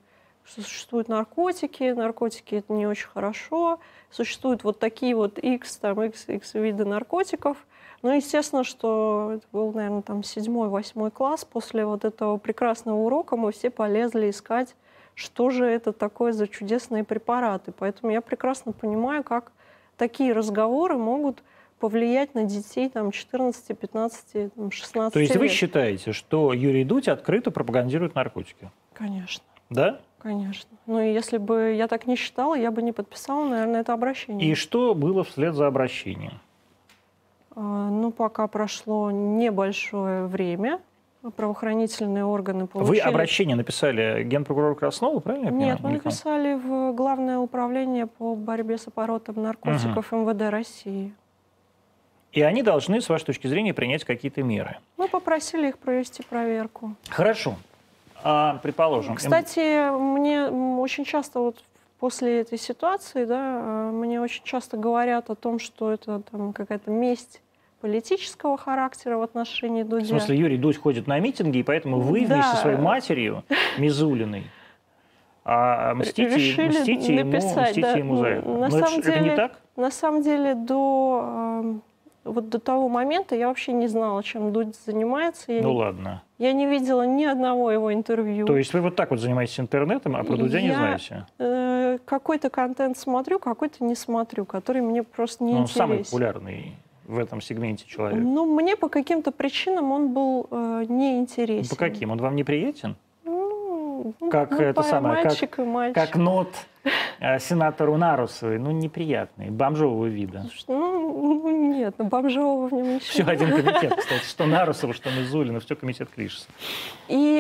что существуют наркотики, наркотики это не очень хорошо, существуют вот такие вот X виды наркотиков. Ну, естественно, что это был, наверное, там 7-8 класс. После вот этого прекрасного урока мы все полезли искать, что же это такое за чудесные препараты. Поэтому я прекрасно понимаю, как такие разговоры могут повлиять на детей там, 14, 15, 16 То есть лет. вы считаете, что Юрий Дудь открыто пропагандирует наркотики? Конечно. Да? Конечно. Ну и если бы я так не считала, я бы не подписала, наверное, это обращение. И что было вслед за обращением? Ну, пока прошло небольшое время, правоохранительные органы получили... Вы обращение написали генпрокурору Краснову, правильно я понимаю? Нет, мы написали в Главное управление по борьбе с оборотом наркотиков МВД России. И они должны, с вашей точки зрения, принять какие-то меры. Мы попросили их провести проверку. Хорошо. Предположим. Кстати, мне очень часто вот после этой ситуации, да, мне очень часто говорят о том, что это там какая-то месть политического характера в отношении Дудя. В смысле, Юрий Дудь ходит на митинги, и поэтому вы Да. вместе со своей матерью, Мизулиной, мстите ему за это. На Но самом это не так? На самом деле, до того момента я вообще не знала, чем Дудь занимается. Ладно. Я не видела ни одного его интервью. То есть вы вот так вот занимаетесь интернетом, а про Дудя не знаете? Какой-то контент смотрю, какой-то не смотрю, который мне просто не интересен. Он самый популярный в этом сегменте человек. Ну, мне по каким-то причинам он был неинтересен. По каким? Он вам неприятен? Как это самое, мальчик и мальчик. Как нот сенатору Нарусовой, неприятный, бомжового вида. Нет, бомжового в нем ничего. Все один комитет, кстати, что Нарусова, что Мизулина, все комитет Клишеса. И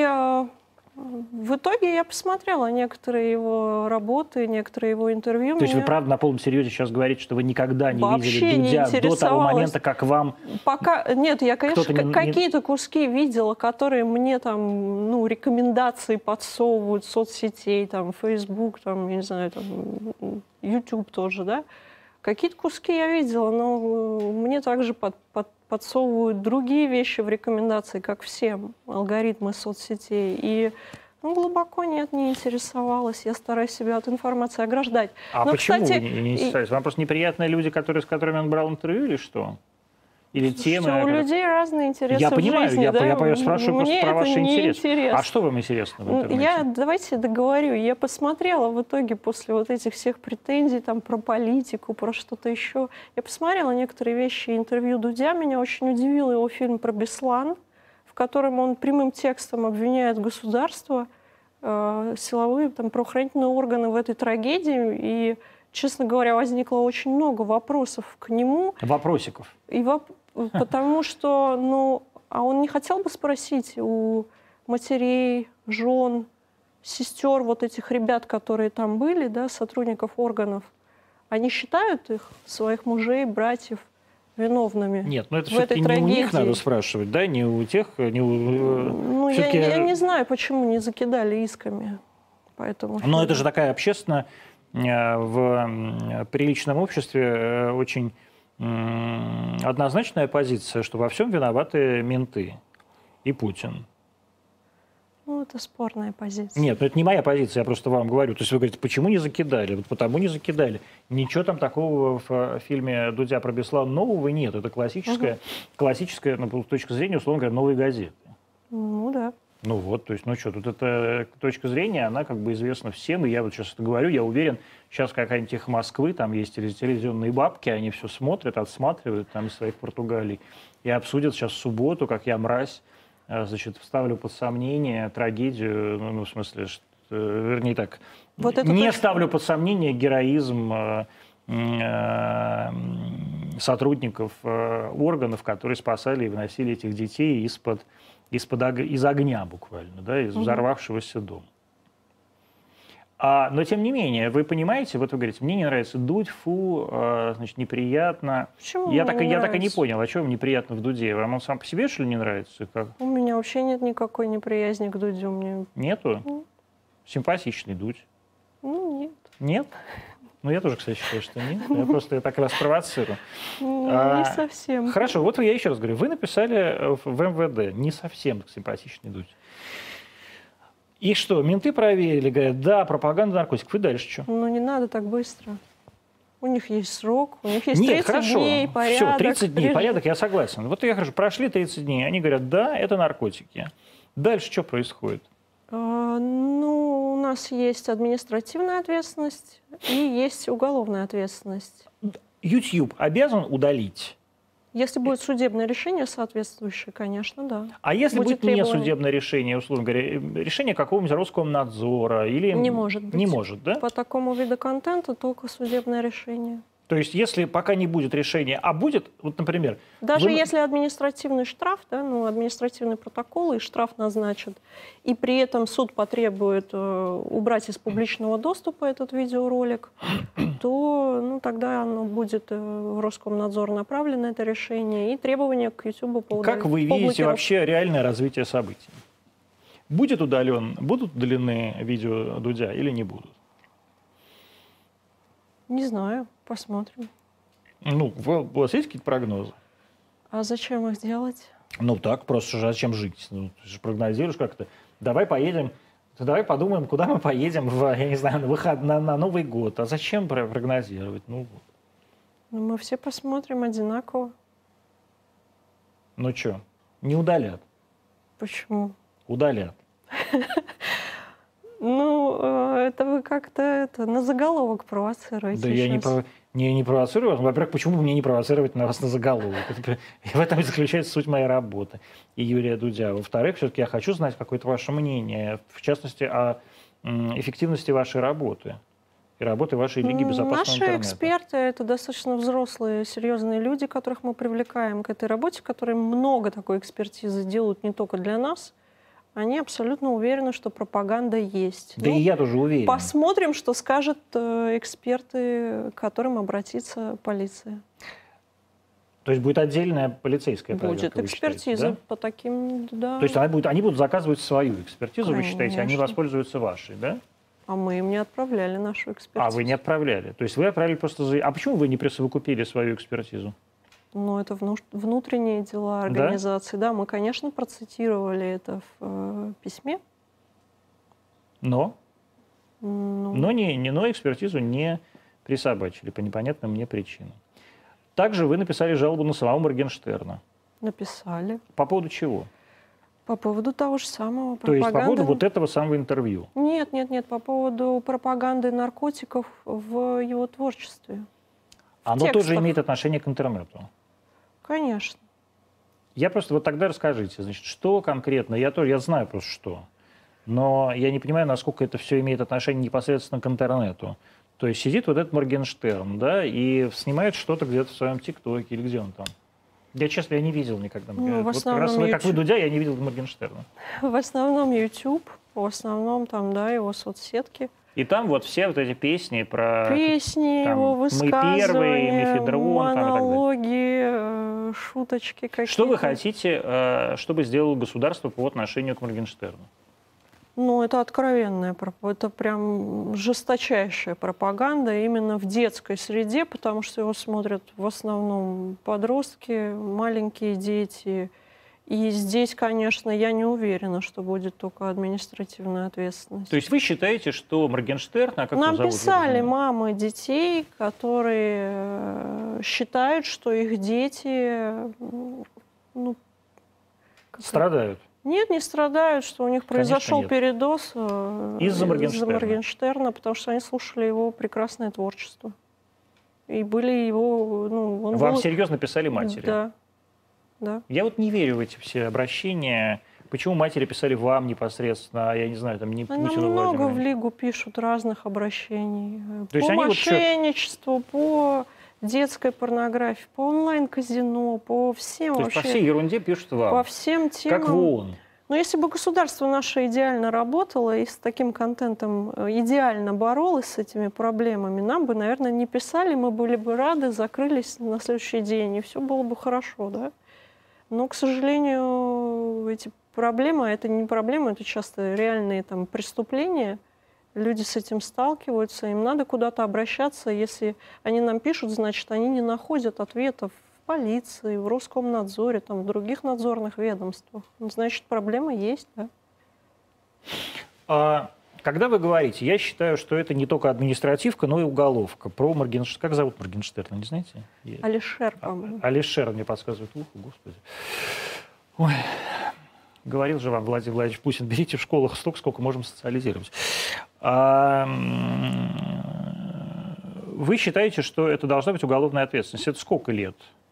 в итоге я посмотрела некоторые его работы, некоторые его интервью. То есть вы правда на полном серьезе сейчас говорите, что вы никогда не вообще видели Дудя не до того момента, как вам... Нет, я, конечно, какие-то куски видела, которые мне там, рекомендации подсовывают соцсетей, там, Facebook, там, я не знаю, там, YouTube тоже, да. Какие-то куски я видела, но мне также подсовывают другие вещи в рекомендации, как всем, алгоритмы соцсетей. И глубоко не интересовалась. Я стараюсь себя от информации ограждать. Но, почему вы не интересовались? Вам просто неприятные люди, с которыми он брал интервью, или что? Или темы? У людей разные интересы я понимаю, в жизни. Я спрашиваю просто про ваши интересы. Интересно. А что вам интересно в интернете? Давайте договорю. Я посмотрела в итоге после вот этих всех претензий там, про политику, про что-то еще. Я посмотрела некоторые вещи, интервью Дудя. Меня очень удивил его фильм про Беслан, в котором он прямым текстом обвиняет государство, силовые, правоохранительные органы в этой трагедии. И, честно говоря, возникло очень много вопросов к нему. Вопросиков. Потому что, а он не хотел бы спросить у матерей, жен, сестер вот этих ребят, которые там были, да, сотрудников органов, они считают их, своих мужей, братьев, виновными? Нет, это все-таки не у них надо спрашивать, да, не у тех, не у... я не знаю, почему не закидали исками. Поэтому. Но это же такая общественно в приличном обществе очень однозначная позиция, что во всем виноваты менты и Путин. Это спорная позиция. Нет, это не моя позиция, я просто вам говорю. То есть вы говорите, почему не закидали? Вот потому не закидали. Ничего там такого в фильме Дудя про Беслан нового нет. Это классическая, с точки зрения, условно говоря, новой газеты. Да. То есть, тут эта точка зрения, она как бы известна всем, и я вот сейчас это говорю, я уверен, сейчас какая-нибудь их Москвы, там есть телевизионные бабки, они все смотрят, отсматривают там из своих Португалий, и обсудят сейчас в субботу, как я, мразь, ставлю под сомнение трагедию, в смысле, вернее так, не ставлю под сомнение героизм сотрудников органов, которые спасали и выносили этих детей из огня буквально, да, из взорвавшегося дома. Но, тем не менее, вы понимаете, вот вы говорите, мне не нравится Дудь, неприятно. Почему я так и не понял, а что вам неприятно в Дуде? Вам он сам по себе, что ли, не нравится? Как? У меня вообще нет никакой неприязни к Дудю. Нету? Симпатичный Дудь? Нет. Нет? Я тоже, кстати, считаю, что нет. Я так раз провоцирую. Не совсем. Хорошо, вот я еще раз говорю. Вы написали в МВД не совсем симпатичный Дудь. И что, менты проверили, говорят, да, пропаганда наркотиков, и дальше что? Ну, не надо так быстро. У них есть срок, у них есть 30 Нет, хорошо. дней, порядок. Все, 30 дней, порядок, я согласен. Вот я говорю, прошли 30 дней, они говорят, да, это наркотики. Дальше что происходит? Ну, у нас есть административная ответственность и есть уголовная ответственность. YouTube обязан удалить? Если будет судебное решение соответствующее, конечно, да. А если будет не требование. судебное решение, условно говоря, решение какого-нибудь Роскомнадзора или... Не может быть. Не может, да? По такому виду контента только судебное решение. То есть если пока не будет решения, а будет, вот, например... Даже если административный штраф, да, ну, административный протокол и штраф назначат, и при этом суд потребует убрать из публичного доступа этот видеоролик, то ну, тогда оно будет в Роскомнадзор направлено, это решение, и требования к YouTube по Как вы видите вообще реальное развитие событий? Будут удалены видео Дудя или не будут? Не знаю, посмотрим. Ну, у вас есть какие-то прогнозы? А зачем их делать? Ну так, просто зачем жить? Ну, ты же прогнозируешь как-то. Давай подумаем, куда мы поедем, я не знаю, на Новый год. А зачем прогнозировать? Ну Мы все посмотрим одинаково. Ну что, не удалят? Почему? Удалят. Ну, это вы как-то на заголовок провоцируете. Да я не провоцирую. Во-первых, почему бы мне не провоцировать на вас на заголовок? В этом и заключается суть моей работы и Юрия Дудя. Во-вторых, все-таки я хочу знать какое-то ваше мнение, в частности, о эффективности вашей работы и работы вашей Лиги безопасного интернета. Наши эксперты — это достаточно взрослые, серьезные люди, которых мы привлекаем к этой работе, которые много такой экспертизы делают не только для нас. Они абсолютно уверены, что пропаганда есть. Да и я тоже уверен. Посмотрим, что скажут эксперты, к которым обратится полиция. То есть будет отдельная полицейская проверка? Будет экспертиза, да? По таким, да. То есть они будут заказывать свою экспертизу, Конечно. вы считаете, они воспользуются вашей, да? А мы им не отправляли нашу экспертизу. А вы не отправляли? То есть вы отправили просто... А почему вы не присовокупили свою экспертизу? Ну, это внутренние дела организации. Да, мы, конечно, процитировали это в письме. Но экспертизу не присобачили по непонятным мне причинам. Также вы написали жалобу на самого Моргенштерна. Написали. По поводу чего? По поводу того же самого. То есть по поводу вот этого самого интервью? Нет, по поводу пропаганды наркотиков в его творчестве. Оно тоже имеет отношение к интернету? Конечно. Я просто вот тогда расскажите, значит, что конкретно, я знаю просто что, но я не понимаю, насколько это все имеет отношение непосредственно к интернету. То есть сидит вот этот Моргенштерн, да, и снимает что-то где-то в своем ТикТоке или где он там. Я, честно, не видел никогда. Ну, вот раз вы, как вы, Дудя, я не видел Моргенштерна. В основном YouTube, в основном там, да, его соцсетки. И там вот все вот эти песни про... Песни, там, его высказывания, мы первые, мефедрон, монологи, шуточки какие-то. Что вы хотите, чтобы сделало государство по отношению к Моргенштерну? Ну, это откровенная, это прям жесточайшая пропаганда именно в детской среде, потому что его смотрят в основном подростки, маленькие дети. И здесь, конечно, я не уверена, что будет только административная ответственность. То есть вы считаете, что Моргенштерн... А как нам его зовут? писали мамы детей, которые считают, что их дети... страдают? Нет, не страдают, что у них произошел передоз из-за Моргенштерна, потому что они слушали его прекрасное творчество. И были его... Вам серьезно писали матери? Да. Да. Я вот не верю в эти все обращения. Почему матери писали вам непосредственно, я не знаю, там не Путину много в Лигу пишут разных обращений. То по мошенничеству, по детской порнографии, по онлайн-казино, по всем То вообще. Есть по всей ерунде пишут вам? По всем темам. Как в ООН? Но если бы государство наше идеально работало и с таким контентом идеально боролось с этими проблемами, нам бы, наверное, не писали, мы были бы рады, закрылись на следующий день, и все было бы хорошо, да? Но, к сожалению, эти проблемы, это не проблемы, это часто реальные там преступления. Люди с этим сталкиваются, им надо куда-то обращаться. Если они нам пишут, значит, они не находят ответов в полиции, в Роскомнадзоре, там, в других надзорных ведомствах. Значит, проблема есть, да? Когда вы говорите, я считаю, что это не только административка, но и уголовка. Про Моргенштерна. Как зовут Моргенштерна, не знаете? Алишер, по-моему. Алишер мне подсказывает ухо, господи. Ой. Говорил же вам Владимир Владимирович Путин, берите в школах столько, сколько можем социализировать. Вы считаете, что это должна быть уголовная ответственность? Это сколько лет?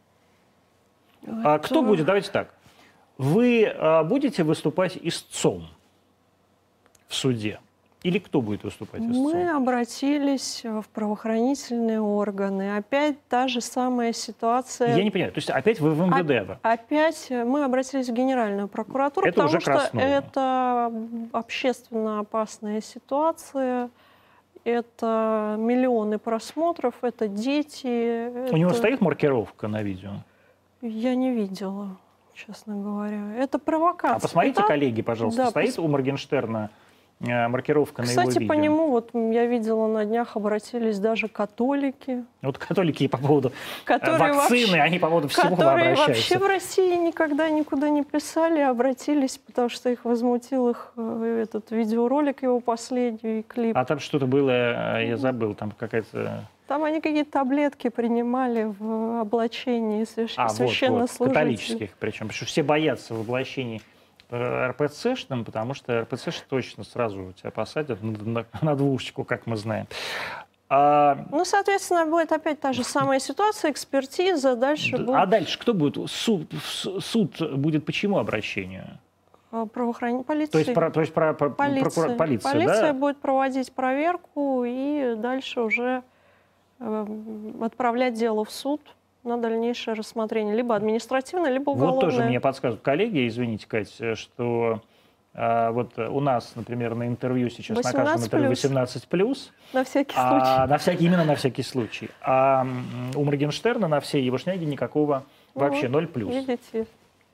Кто будет? Давайте так. Вы будете выступать истцом в суде? Или кто будет выступать истцом? Мы обратились в правоохранительные органы. Опять та же самая ситуация. Я не понимаю. То есть опять вы в МВД? Опять мы обратились в Генеральную прокуратуру, это потому уже что это общественно опасная ситуация. Это миллионы просмотров, это дети. У него стоит маркировка на видео? Я не видела, честно говоря. Это провокация. А посмотрите, коллеги, пожалуйста, да, стоит у Моргенштерна маркировка на его Кстати, видео? по нему, вот я видела, на днях обратились даже католики. Вот католики по поводу которые вакцины, вообще, они по поводу всего которые обращаются. вообще в России никогда никуда не писали, обратились, потому что их возмутил их этот видеоролик, его последний клип. А там что-то было, я забыл, там какая-то... Там они какие-то таблетки принимали в облачении священнослужителей. Вот, католических причем. Потому что все боятся в облачении РПЦшным, потому что РПЦш точно сразу тебя посадят на двушечку, как мы знаем. Ну, соответственно, будет опять та же самая ситуация, экспертиза, дальше будет... А дальше кто будет? Суд будет по чему обращению? Полиция. То есть полиция, полиция да? будет проводить проверку и дальше уже отправлять дело в суд на дальнейшее рассмотрение. Либо административное, либо уголовное. Вот тоже мне подсказывают коллеги, извините, Катя, что вот у нас, например, на интервью сейчас на каждом интервью 18+. На всякий случай. Именно на всякий случай. А у Моргенштерна на всей его шняге никакого вообще 0+. Видите.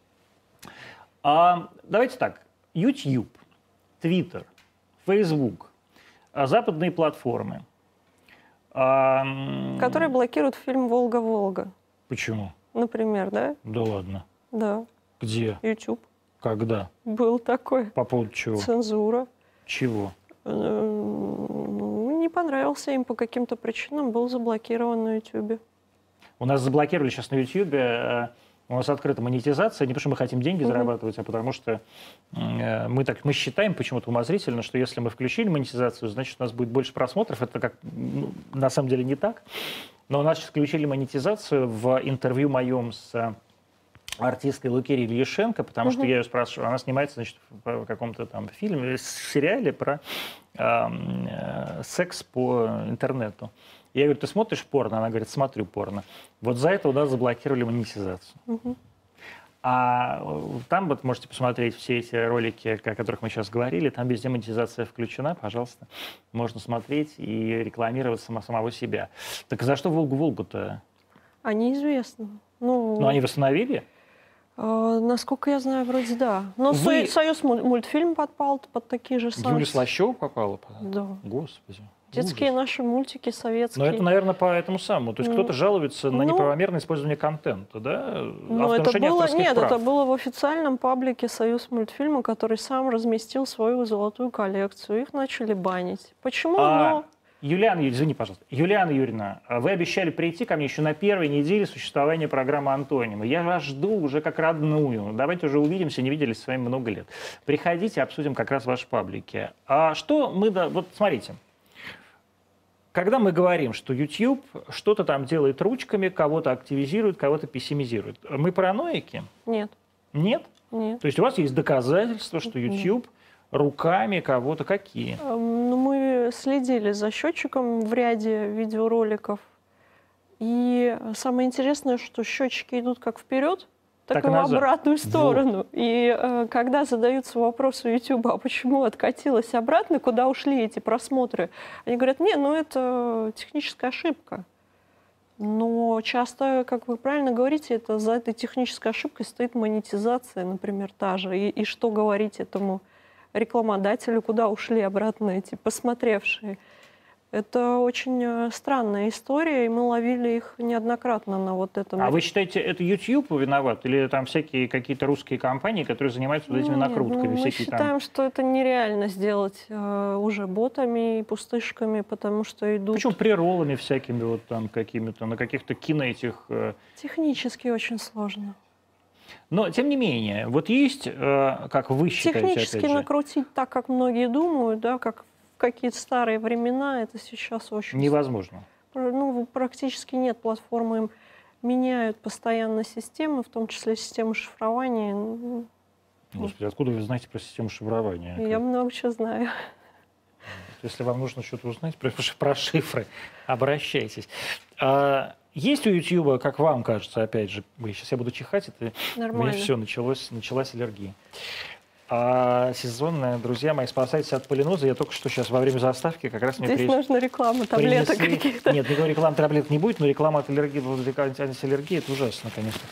Давайте так. YouTube, Twitter, Facebook, западные платформы. Которые блокируют фильм «Волга-Волга». Почему? Например, да? Да ладно. Да. Где? YouTube. Когда? Был такой. По поводу чего? Цензура. Чего? Не понравился им по каким-то причинам, был заблокирован на YouTube. У нас заблокировали сейчас на YouTube. У нас открыта монетизация, не потому что мы хотим деньги зарабатывать, а потому что мы считаем почему-то умозрительно, что если мы включили монетизацию, значит, у нас будет больше просмотров. Это как на самом деле не так. Но у нас сейчас включили монетизацию в интервью моем с артисткой Лукерией Ильяшенко, потому что я ее спрашиваю, она снимается, значит, в каком-то там фильме, сериале про секс по интернету. Я говорю, ты смотришь порно? Она говорит, смотрю порно. Вот за это у нас заблокировали монетизацию. А там вот можете посмотреть все эти ролики, о которых мы сейчас говорили, там везде монетизация включена, пожалуйста. Можно смотреть и рекламировать самого себя. Так за что «Волгу-Волгу»-то? А неизвестно. Ну, они восстановили? Насколько я знаю, вроде да. Но Союз мультфильм подпал под такие же санкции. Юлия Слащева попала? Да. Господи. Детские наши мультики советские. Но это, наверное, по этому самому. То есть кто-то жалуется на неправомерное использование контента, да? Ну, это было, нет, это было в официальном паблике «Союз мультфильма», который сам разместил свою золотую коллекцию. Их начали банить. Почему? Юлиана, извини, пожалуйста. Юлиана Юрьевна, вы обещали прийти ко мне еще на первой неделе существования программы «Антонима». Я вас жду уже как родную. Давайте уже увидимся, не виделись с вами много лет. Приходите, обсудим как раз ваши паблики. А что мы... Вот смотрите. Когда мы говорим, что YouTube что-то там делает ручками, кого-то активизирует, кого-то пессимизирует, мы параноики? Нет. Нет? Нет. То есть у вас есть доказательства, что YouTube руками кого-то какие? Ну, мы следили за счетчиком в ряде видеороликов. И самое интересное, что счетчики идут как вперед, так и в обратную сторону. Вот. И когда задаются вопросы YouTube, а почему откатилось обратно, куда ушли эти просмотры, они говорят, не, ну это техническая ошибка. Но часто, как вы правильно говорите, это за этой технической ошибкой стоит монетизация, например, та же. И что говорить этому рекламодателю, куда ушли обратно эти посмотревшие. Это очень странная история, и мы ловили их неоднократно на вот этом. А вы считаете, это YouTube виноват? Или там всякие какие-то русские компании, которые занимаются вот этими накрутками? Мы всякие считаем, там... что это нереально сделать уже ботами и пустышками, потому что идут... Почему прероллами всякими, вот там какими-то, на каких-то кино этих... Технически очень сложно. Но, тем не менее, вот есть, как вы считаете, Технически опять же... накрутить так, как многие думают, да, как в какие-то старые времена, это сейчас очень... Невозможно. Ну, практически нет платформы, им меняют постоянно системы, в том числе систему шифрования. Господи, откуда вы знаете про систему шифрования? Я много чего знаю. Если вам нужно что-то узнать про шифры, обращайтесь. Есть у Ютьюба, как вам кажется, опять же, сейчас я буду чихать, это у меня все, началась аллергия. Сезонная, друзья мои, спасайтесь от полиноза. Я только что сейчас во время заставки как раз Здесь нужна реклама таблеток каких-то. Нет, никакой рекламы таблеток не будет, но реклама от аллергии, антиаллергии, это ужасно, конечно.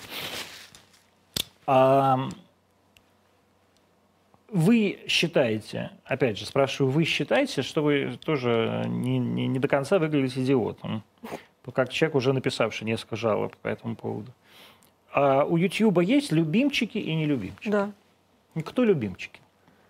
Вы считаете, опять же, спрашиваю, вы считаете, что вы тоже не до конца выглядите идиотом? Как человек, уже написавший несколько жалоб по этому поводу. А у Ютьюба есть любимчики и нелюбимчики? Да. Кто любимчики?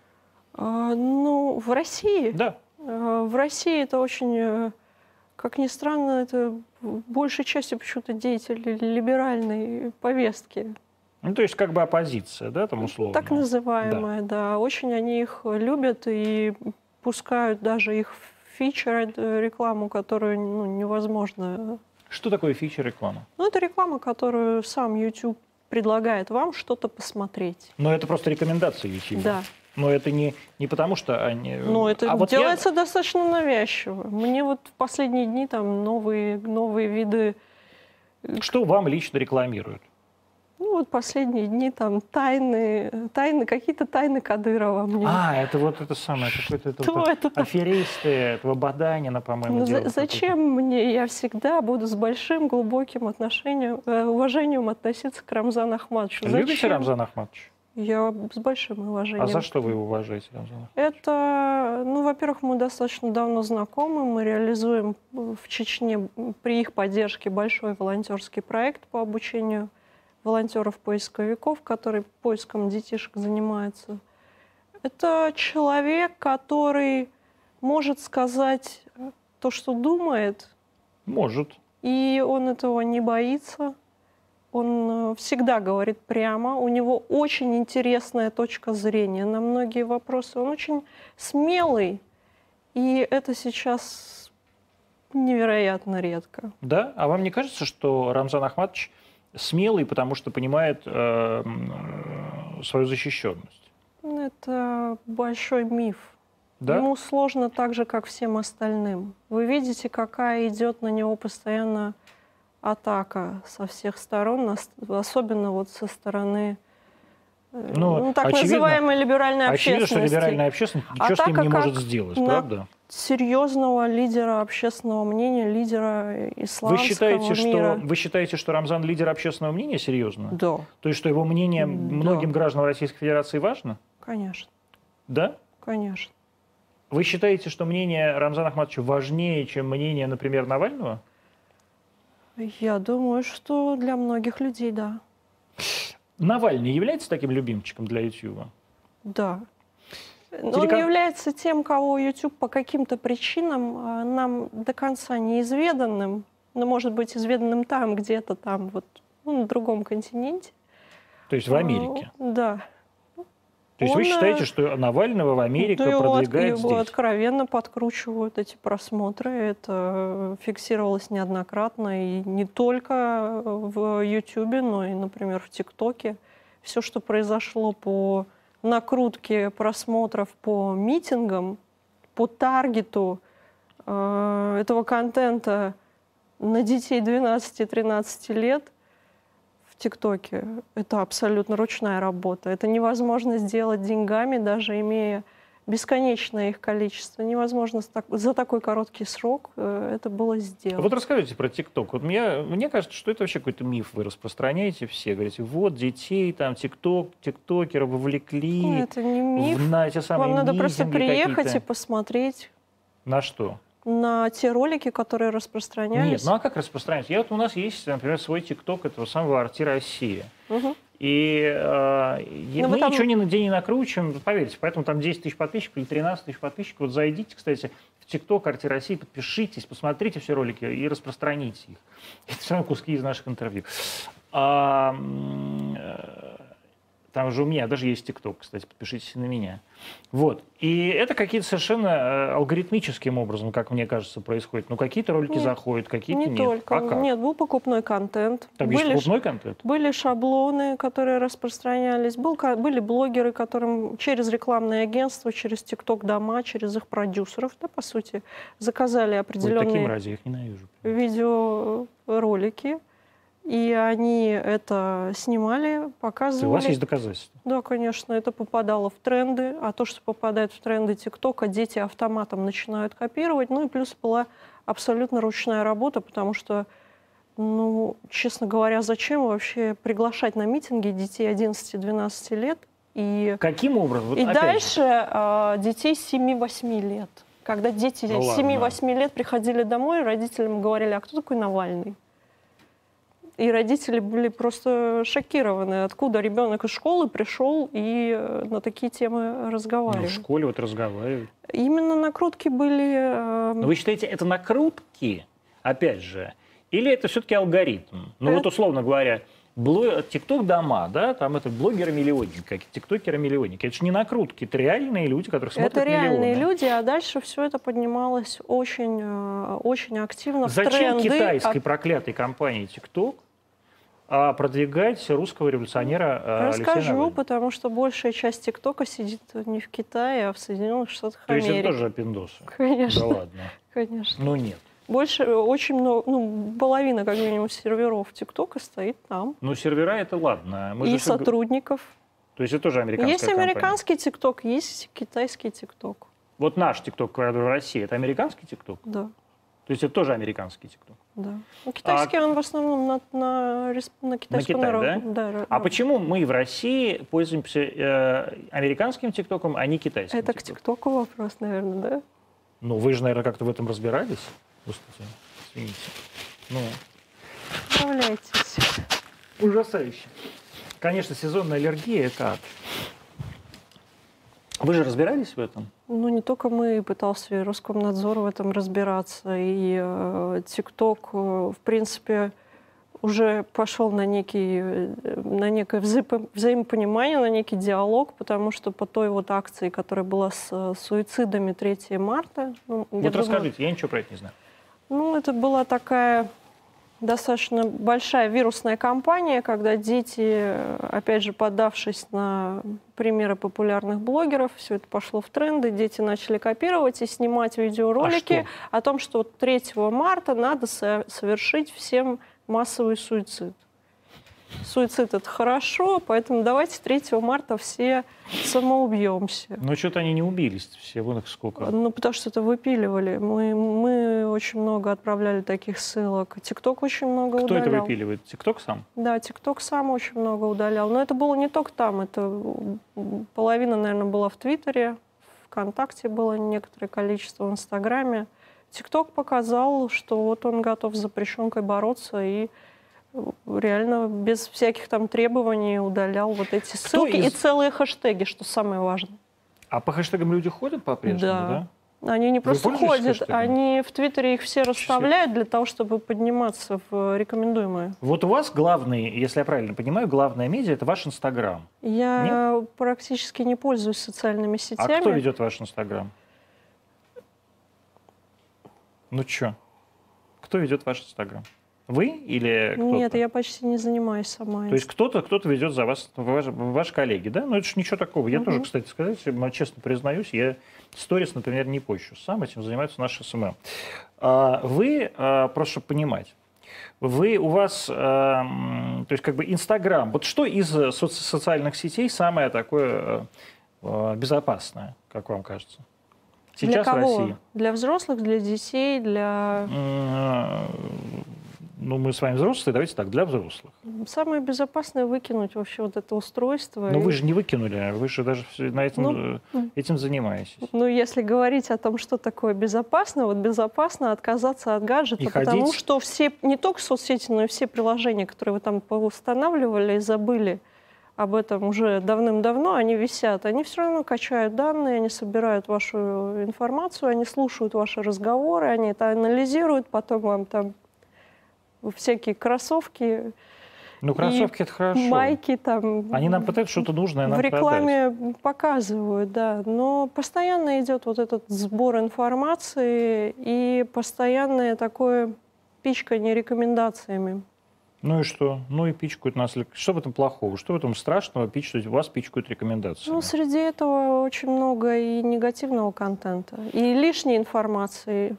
Ну, в России? Да. В России это очень, как ни странно, это большей частью почему-то деятели либеральной повестки. Ну, то есть как бы оппозиция, да, там условно? Так называемая, да. Очень они их любят и пускают даже их фичер, рекламу, которую невозможно... Что такое фичер-реклама? Ну, это реклама, которую сам YouTube предлагает вам что-то посмотреть. Но это просто рекомендации YouTube. Да. Но это не потому, что они... Ну, это делается достаточно навязчиво. Мне вот в последние дни там новые виды... Что вам лично рекламируют? Ну, вот последние дни там какие-то тайны Кадырова. Мне. Это вот это самое, какой-то аферисты, этого Баданина, по-моему, зачем мне? Я всегда буду с большим, глубоким уважением относиться к Рамзану Ахматовичу. Любите Рамзана Ахматовича? Я с большим уважением. А за что вы его уважаете, Рамзан? Это, во-первых, мы достаточно давно знакомы. Мы реализуем в Чечне при их поддержке большой волонтерский проект по обучению волонтеров-поисковиков, который поиском детишек занимается. Это человек, который может сказать то, что думает. Может. И он этого не боится. Он всегда говорит прямо. У него очень интересная точка зрения на многие вопросы. Он очень смелый. И это сейчас невероятно редко. Да? А вам не кажется, что Рамзан Ахматович смелый, потому что понимает свою защищенность? Это большой миф. Да? Ему сложно так же, как всем остальным. Вы видите, какая идет на него постоянно атака со всех сторон, особенно вот со стороны так называемой либеральной общественности. Очевидно, что либеральная общественность ничего с ним не может сделать, правда? Серьезного лидера общественного мнения, лидера исламского мира. Вы считаете, что Рамзан лидер общественного мнения серьезно? Да. То есть, что его мнение многим гражданам Российской Федерации важно? Конечно. Да? Конечно. Вы считаете, что мнение Рамзана Ахматовича важнее, чем мнение, например, Навального? Я думаю, что для многих людей, да. Навальный является таким любимчиком для Ютьюба? Да. Но он является тем, кого YouTube по каким-то причинам нам до конца неизведанным, но, может быть, изведанным там, где-то там, вот, на другом континенте. То есть в Америке? Да. То есть вы считаете, что Навального Америка продвигает здесь? Его откровенно подкручивают эти просмотры. Это фиксировалось неоднократно. И не только в Ютубе, но и, например, в ТикТоке. Все, что произошло по накрутке просмотров по митингам, по таргету этого контента на детей 12-13 лет, в ТикТоке. Это абсолютно ручная работа. Это невозможно сделать деньгами, даже имея бесконечное их количество. Невозможно за такой короткий срок это было сделать. Вот расскажите про ТикТок. Вот мне кажется, что это вообще какой-то миф вы распространяете все. Говорите, вот детей, там, тиктокеров вовлекли. Ну, это не миф. На эти самые Вам надо просто приехать и посмотреть. На что? на те ролики, которые распространялись. Нет, ну а как распространяться? У нас есть, например, свой ТикТок этого самого «Арти Россия». Угу. И мы там... ничего нигде не накручиваем, поверьте. Поэтому там 10 тысяч подписчиков или 13 тысяч подписчиков. Вот зайдите, кстати, в ТикТок «Арти России», подпишитесь, посмотрите все ролики и распространите их. Это все равно куски из наших интервью. Там же у меня даже есть ТикТок, кстати, подпишитесь на меня. Вот. И это какие-то совершенно алгоритмическим образом, как мне кажется, происходит. Ну, какие-то ролики заходят, какие-то нет. Не только. А как? Нет, был покупной контент. Там есть покупной контент? Были шаблоны, которые распространялись. Были блогеры, которым через рекламное агентство, через ТикТок дома, через их продюсеров, да, по сути, заказали определенные такие мрази, я их ненавижу. Видеоролики. И они это снимали, показывали. У вас есть доказательства? Да, конечно, это попадало в тренды. А то, что попадает в тренды ТикТока, дети автоматом начинают копировать. Ну и плюс была абсолютно ручная работа, потому что, ну, честно говоря, зачем вообще приглашать на митинги детей 11-12 лет? И, каким образом? Вот и дальше детей 7-8 лет. Когда дети 7-8 лет приходили домой, родителям говорили, а кто такой Навальный? И родители были просто шокированы, откуда ребенок из школы пришел и на такие темы разговаривал. Ну, в школе вот разговаривают. Именно накрутки были... Но вы считаете, это накрутки, опять же, или это все-таки алгоритм? Ну вот условно говоря, ТикТок дома, да, там это блогеры-миллионники, какие-то тиктокеры-миллионники. Это же не накрутки, это реальные люди, которые смотрят миллионы. Это реальные люди, а дальше все это поднималось очень, очень активно в тренды. Зачем китайской проклятой компании ТикТок продвигать русского революционера Алексея Навального? Расскажу, потому что большая часть ТикТока сидит не в Китае, а в Соединенных Штатах Америки. То есть это тоже пиндосы? Конечно. Да ладно. Конечно. Ну нет. Очень много, ну, половина, как минимум, серверов ТикТока стоит там. Ну, сервера это ладно. И сотрудников. То есть это тоже американская компания? Есть американский ТикТок, есть китайский ТикТок. Вот наш ТикТок в России, это американский ТикТок? Да. То есть это тоже американский ТикТок? Да. Ну, китайский он в основном на китайском народе. Да? А почему мы в России пользуемся американским ТикТоком, а не китайским? Это к ТикТоку вопрос, наверное, да? Ну, вы же, наверное, как-то в этом разбирались? Господи, извините. Ну. Справляйтесь. Ужасающе. Конечно, сезонная аллергия – это ад. Вы же разбирались в этом? Ну, не только мы, пытался и Роскомнадзор в этом разбираться. И ТикТок, в принципе, уже пошел на некое взаимопонимание, на некий диалог, потому что по той вот акции, которая была с суицидами 3 марта... Ну, вот расскажите, я ничего про это не знаю. Ну, это была такая достаточно большая вирусная кампания, когда дети, опять же, поддавшись на примеры популярных блогеров, все это пошло в тренды, дети начали копировать и снимать видеоролики о том, что 3 марта надо совершить всем массовый суицид. Суицид – это хорошо, поэтому давайте 3 марта все самоубьемся. Но что-то они не убились все, вон их сколько. Ну, потому что это выпиливали. Мы очень много отправляли таких ссылок. ТикТок очень много удалял. Кто это выпиливает? ТикТок сам? Да, ТикТок сам очень много удалял. Но это было не только там. Это половина, наверное, была в Твиттере, ВКонтакте было некоторое количество, в Инстаграме. ТикТок показал, что вот он готов с запрещенкой бороться и реально без всяких там требований удалял вот эти ссылки и целые хэштеги, что самое важное. А по хэштегам люди ходят по-прежнему, да? Они не просто ходят, они в Твиттере их все расставляют для того, чтобы подниматься в рекомендуемые. Вот у вас главный, если я правильно понимаю, главная медиа – это ваш Инстаграм. Я практически не пользуюсь социальными сетями. А кто ведет ваш Инстаграм? Ну чё? Кто ведет ваш Инстаграм? Вы или кто-то? Нет, я почти не занимаюсь сама. То есть кто-то ведет за вас, ваши коллеги, да? Ну это же ничего такого. Я тоже, кстати сказать, честно признаюсь, я сторис, например, не пощу. Сам этим занимаются наши СММ. Вы, просто чтобы понимать, у вас, то есть как бы Инстаграм, вот что из социальных сетей самое такое безопасное, как вам кажется? Сейчас для кого? в России. Для взрослых, для детей, для... Ну, мы с вами взрослые, давайте так, для взрослых. Самое безопасное выкинуть вообще вот это устройство. Но вы же не выкинули, вы же даже на этом, этим занимаетесь. Ну, если говорить о том, что такое безопасно, вот безопасно отказаться от гаджета, И потому ходить. что все, не только соцсети, но и все приложения, которые вы там устанавливали и забыли об этом уже давным-давно, они висят. Они все равно качают данные, они собирают вашу информацию, они слушают ваши разговоры, они это анализируют, потом вам там всякие кроссовки, Ну, кроссовки — это хорошо. майки там. Они нам пытаются что-то нужное нам В продать. рекламе показывают, да. Но постоянно идет вот этот сбор информации и постоянное такое пичкание рекомендациями. Ну и что? Ну и пичкают нас. Что в этом плохого? Что в этом страшного? Вас пичкают рекомендации. Ну, среди этого очень много и негативного контента, и лишней информации.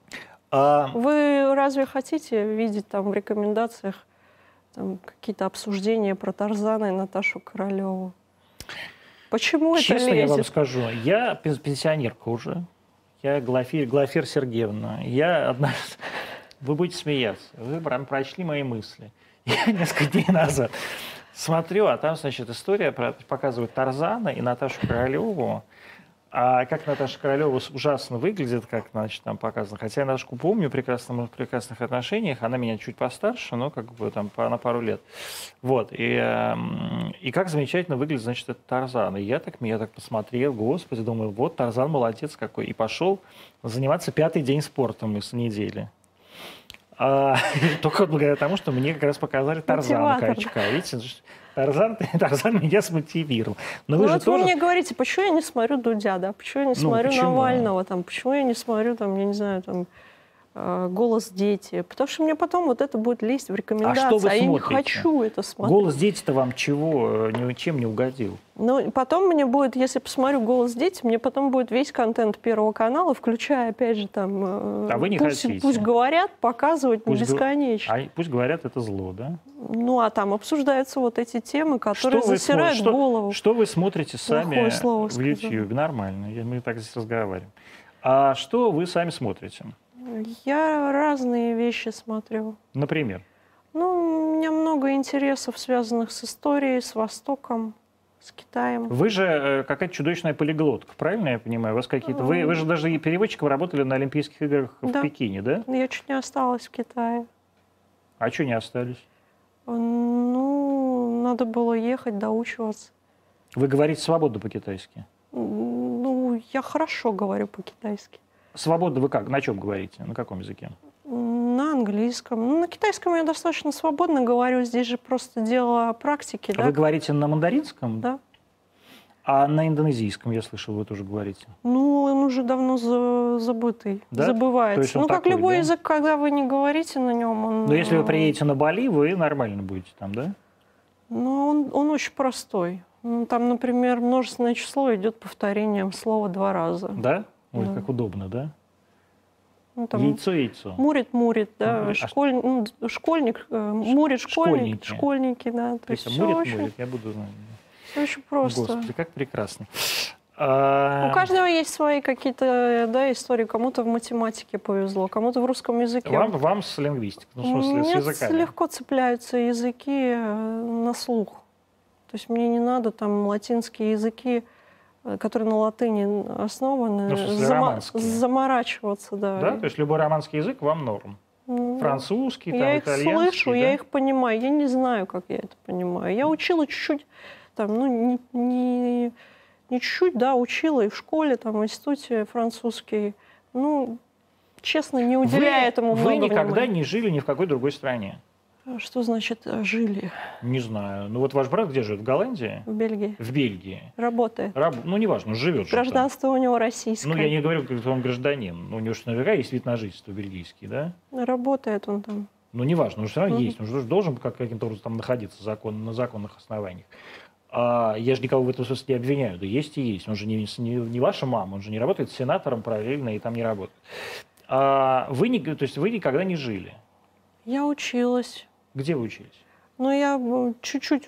Вы разве хотите видеть там в рекомендациях там какие-то обсуждения про Тарзана и Наташу Королеву? Почему это Честно лезет? я вам скажу, я пенсионерка уже. Я Глафира Сергеевна. Я однажды... Вы будете смеяться. Вы прям прочли мои мысли. Я несколько дней назад смотрю, а там, значит, история показывает Тарзана и Наташу Королеву. А как Наташа Королева ужасно выглядит, как, значит, там показано. Хотя я Наташку помню в прекрасных отношениях. Она меня чуть постарше, но как бы там на пару лет. Вот. И как замечательно выглядит, значит, этот Тарзан. И я так посмотрел, господи, думаю, вот Тарзан молодец какой. И пошел заниматься 5-й день спортом с недели. Только благодаря тому, что мне как раз показали Тарзана качка. Видите, Тарзан меня смотивировал. Но вы же вот тоже... вы мне говорите, почему я не смотрю Дудя, да? Почему я не смотрю Навального, там, почему я не смотрю, там, я не знаю, там, «Голос дети». Потому что мне потом вот это будет лезть в рекомендации. А что вы смотрите? Я не хочу это смотреть. «Голос дети»-то вам чего, чем не угодил? Ну, потом мне будет, если посмотрю «Голос дети», мне потом будет весь контент Первого канала, включая, опять же, там... А вы не хотите? Пусть говорят, показывать бесконечно. Пусть говорят, это зло, да? Ну, а там обсуждаются вот эти темы, которые засирают голову. Что вы смотрите сами в YouTube? Нормально, мы так здесь разговариваем. А что вы сами смотрите? Я разные вещи смотрю. Например? Ну, у меня много интересов, связанных с историей, с Востоком, с Китаем. Вы же какая-то чудовищная полиглотка, правильно я понимаю? У вас какие-то... Вы же даже и переводчиком работали на Олимпийских играх в Пекине, да? Я чуть не осталась в Китае. А что не остались? Ну, надо было ехать, доучиваться. Вы говорите свободно по-китайски? Ну, я хорошо говорю по-китайски. Свободно вы как? На чем говорите? На каком языке? На английском. Ну, на китайском я достаточно свободно говорю. Здесь же просто дело практики. А вы говорите на мандаринском? Да. А на индонезийском, я слышал, вы тоже говорите? Ну, он уже давно забытый, да? забывается. Ну, как любой язык, когда вы не говорите на нем, он... Но если вы приедете на Бали, вы нормально будете там, да? Ну, он очень простой. Там, например, множественное число идет повторением слова 2 раза. Да? Ой, как удобно, да? Ну, там яйцо. Мурит, да. Школьник, мурит школьник, школьники, да. То есть мурит, я буду знать. Все очень просто. Господи, как прекрасно. У каждого есть свои какие-то, да, истории. Кому-то в математике повезло, кому-то в русском языке. Вам с лингвистикой, ну, в смысле, с языками. Легко цепляются языки на слух. То есть мне не надо там латинские языки, которые на латыни основаны, заморачиваться. Да, то есть любой романский язык вам норм? Французский, я итальянский? Я их слышу, я их понимаю. Я не знаю, как я это понимаю. Я учила чуть-чуть, там, ну, не чуть-чуть, да, учила и в школе, там, в институте французский. Ну, честно, не уделяя этому много внимания. Вы никогда не жили ни в какой другой стране? Что значит жили? Не знаю. Ну вот ваш брат где живет? В Голландии? В Бельгии. В Бельгии. Работает. Ну, неважно, живет же. Гражданство у него российское. Ну, я не говорю, что он гражданин. Ну, у него же наверняка есть вид на жительство бельгийский, да? Работает он там. Ну, неважно, он все равно есть. Он же должен каким-то образом там находиться на законных основаниях. Я же никого в этом смысле не обвиняю. Да есть и есть. Он же не ваша мама, он же не работает сенатором параллельно и там не работает. То есть вы никогда не жили? Я училась. Где вы учились? Ну, я чуть-чуть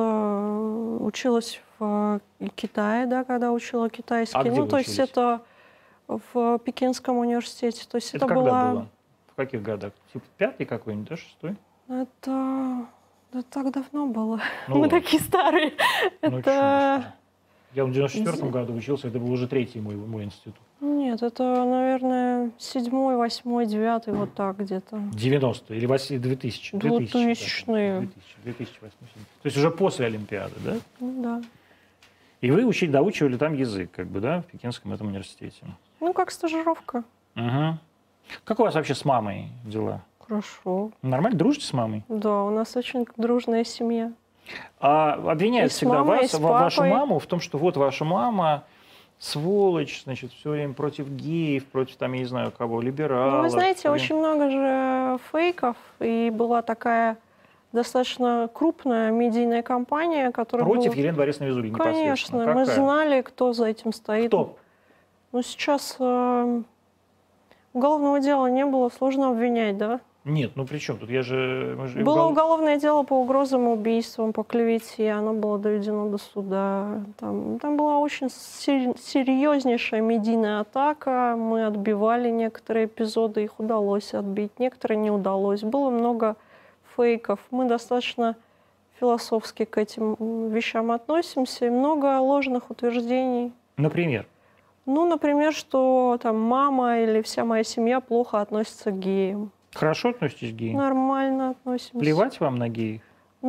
училась в Китае, да, когда учила китайский. А где вы то есть это в Пекинском университете. То есть это когда было? в каких годах? Типа 5-й какой-нибудь, да, 6-й? Это так давно было. Ну, Мы ладно. такие старые. Ну, Это... Я в 94-м году учился, это был уже 3-й мой институт. Нет, это, наверное, 7-й, 8-й, 9-й, вот так где-то. 90-е или 2000? 2000-е. 2008. То есть уже после Олимпиады, да? Ну, да. И вы доучивали там язык, как бы, да, в Пекинском этом университете? Ну, как стажировка. Угу. Как у вас вообще с мамой дела? Хорошо. Нормально дружите с мамой? Да, у нас очень дружная семья. А обвиняют И с всегда мамой, и вас, с вашу папой. маму в том, что вот ваша мама сволочь, значит, все время против геев, против, там, я не знаю кого, либералов. Ну, вы знаете, всё время. очень много же фейков, и была такая достаточно крупная медийная компания, которая Против была... Елены Борисовны Визулиной Конечно, непосредственно. мы Какая? знали, кто за этим стоит. Кто? Ну, сейчас уголовного дела не было, сложно обвинять, да? Нет, ну при чем тут? Мы же Было уголовное дело по угрозам, убийствам, по клевете, оно было доведено до суда. Там была очень серьезнейшая медийная атака, мы отбивали некоторые эпизоды, их удалось отбить, некоторые не удалось. Было много фейков, мы достаточно философски к этим вещам относимся, и много ложных утверждений. Например? Ну, например, что там мама или вся моя семья плохо относится к геям. Хорошо относитесь к геям? Нормально относимся. Плевать вам на геев?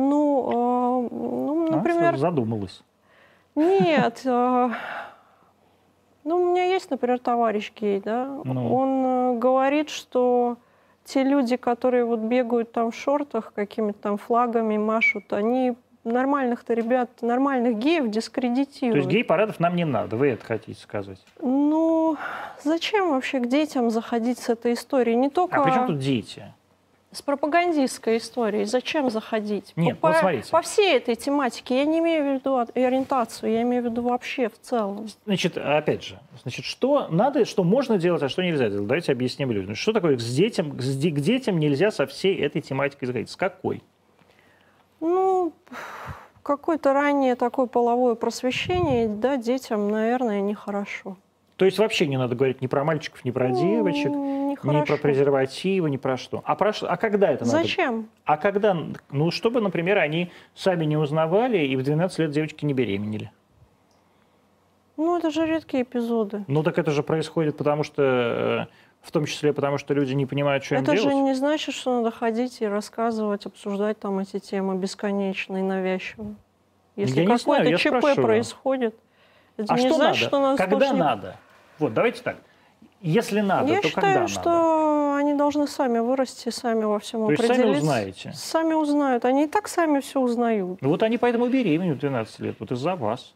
Например... Задумалась. Нет. Ну, у меня есть, например, товарищ гей, да. Ну. Он говорит, что те люди, которые вот бегают там в шортах, какими-то там флагами машут, они нормальных-то ребят, нормальных геев дискредитируют. То есть гей-парадов нам не надо, вы это хотите сказать? Ну, зачем вообще к детям заходить с этой историей? Не только... А при чем тут дети? С пропагандистской историей. Зачем заходить? Нет, вот смотрите. По всей этой тематике. Я не имею в виду ориентацию, я имею в виду вообще в целом. Значит, опять же, что надо, что можно делать, а что нельзя делать? Давайте объясним людям. Что такое к детям нельзя со всей этой тематикой заходить? С какой? Ну, какое-то раннее такое половое просвещение, да, детям, наверное, нехорошо. То есть вообще не надо говорить ни про мальчиков, ни про девочек, ни про презервативы, ни про что. А когда это надо? Зачем? А когда? Ну, чтобы, например, они сами не узнавали и в 12 лет девочки не беременели. Ну, это же редкие эпизоды. Ну, так это же происходит потому что... В том числе потому, что люди не понимают, что им делать. Это же не значит, что надо ходить и рассказывать, обсуждать там эти темы бесконечно и навязчиво. Если какое-то ЧП происходит, это не значит, что надо... Когда надо? Вот, давайте так. Если надо, то когда надо? Я считаю, что они должны сами вырасти, сами во всем определиться. То есть сами узнаете? Сами узнают. Они и так сами все узнают. Ну вот они поэтому беременеют в 12 лет, вот из-за вас.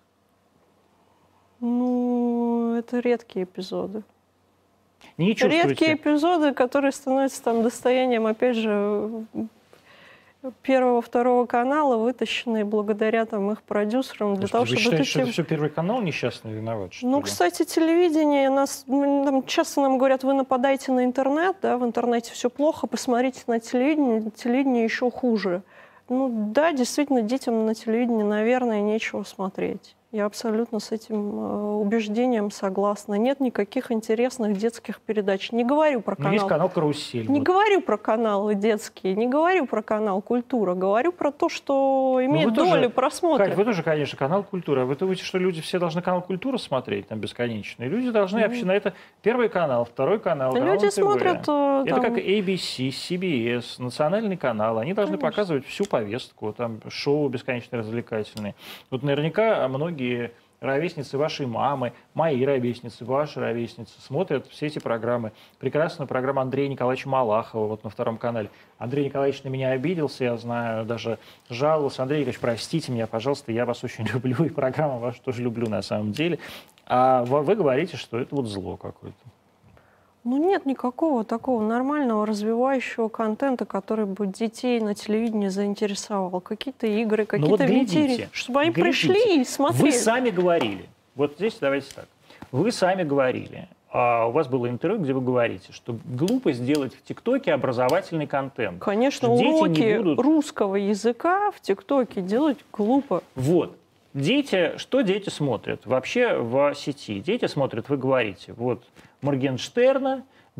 Ну, это редкие эпизоды. Не чувствуете? Редкие эпизоды, которые становятся там достоянием, опять же, Первого, Второго канала, вытащенные благодаря там их продюсерам для того, вы чтобы... считаете, что это все Первый канал несчастный виноват, что Ну, ли? кстати, телевидение, там часто нам говорят, вы нападаете на интернет, да, в интернете все плохо, посмотрите на телевидение еще хуже. Ну да, действительно, детям на телевидении, наверное, нечего смотреть. Я абсолютно с этим убеждением согласна. Нет никаких интересных детских передач. Не говорю про канал. Есть канал «Карусель». Не говорю про каналы детские, не говорю про канал «Культура». Говорю про то, что имеет долю просмотра. Кать, вы тоже, конечно, канал «Культура». Вы думаете, что люди все должны канал «Культура» смотреть там бесконечно? И люди должны вообще на это... Первый канал, Второй канал, люди смотрят... Это как ABC, CBS, национальный канал. Они должны показывать всю повестку. Там шоу бесконечно развлекательные. Вот наверняка многие ровесницы вашей мамы, мои ровесницы, ваши ровесницы смотрят все эти программы. Прекрасную программу Андрея Николаевича Малахова вот на Втором канале. Андрей Николаевич на меня обиделся, я знаю, даже жаловался. Андрей Николаевич, простите меня, пожалуйста, я вас очень люблю, и программу вашу тоже люблю на самом деле. А вы говорите, что это вот зло какое-то. Ну нет никакого такого нормального развивающего контента, который бы детей на телевидении заинтересовал. Какие-то игры, какие-то вентили, чтобы они пришли и смотрели. Вы сами говорили, вот здесь давайте так, вы сами говорили, у вас было интервью, где вы говорите, что глупо сделать в ТикТоке образовательный контент. Конечно, уроки русского языка в ТикТоке делать глупо. Вот. Что дети смотрят вообще в сети? Дети смотрят, вы говорите, вот Моргенштерна,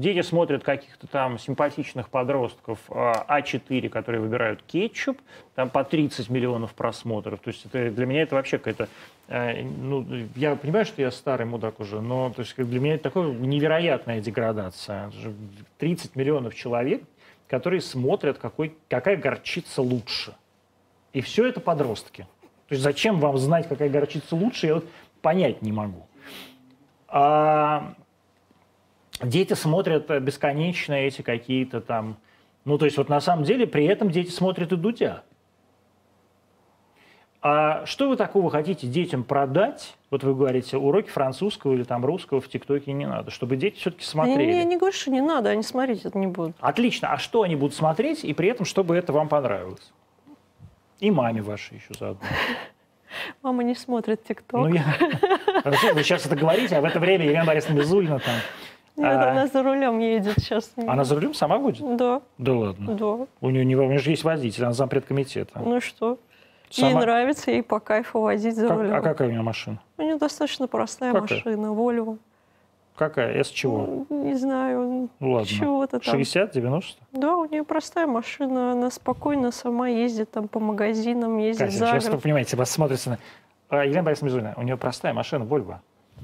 Дети смотрят каких-то там симпатичных подростков А4, которые выбирают кетчуп, там по 30 миллионов просмотров. То есть это, для меня это вообще какая-то... ну, я понимаю, что я старый мудак уже, но то есть, для меня это такая невероятная деградация. 30 миллионов человек, которые смотрят, какая горчица лучше. И все это подростки. То есть зачем вам знать, какая горчица лучше, я вот понять не могу. Дети смотрят бесконечно эти какие-то там... Ну, то есть вот на самом деле при этом дети смотрят и Дудя. А что вы такого хотите детям продать? Вот вы говорите, уроки французского или там русского в ТикТоке не надо, чтобы дети все-таки смотрели. Я не говорю, что не надо, они смотреть это не будут. Отлично. А что они будут смотреть, и при этом, чтобы это вам понравилось? И маме вашей еще заодно. Мама не смотрит ТикТок. Ну, вы сейчас это говорите, а в это время Елена Борисовна Мизулина там... Нет, она за рулем едет сейчас. Она за рулем сама будет? Да. Да ладно? Да. У нее же есть водитель, она зампредкомитета. Ну и что? Ей нравится, ей по кайфу возить за рулем. А какая у нее машина? У нее достаточно простая машина, Volvo. Какая? С чего? Не знаю. Ну ладно. Чего-то там. 60, 90? Да, у нее простая машина, она спокойно сама ездит там по магазинам, ездит Катя, за город. сейчас вы понимаете, вас смотрится на... Елена Борисовна Мизулина, у нее простая машина, Volvo.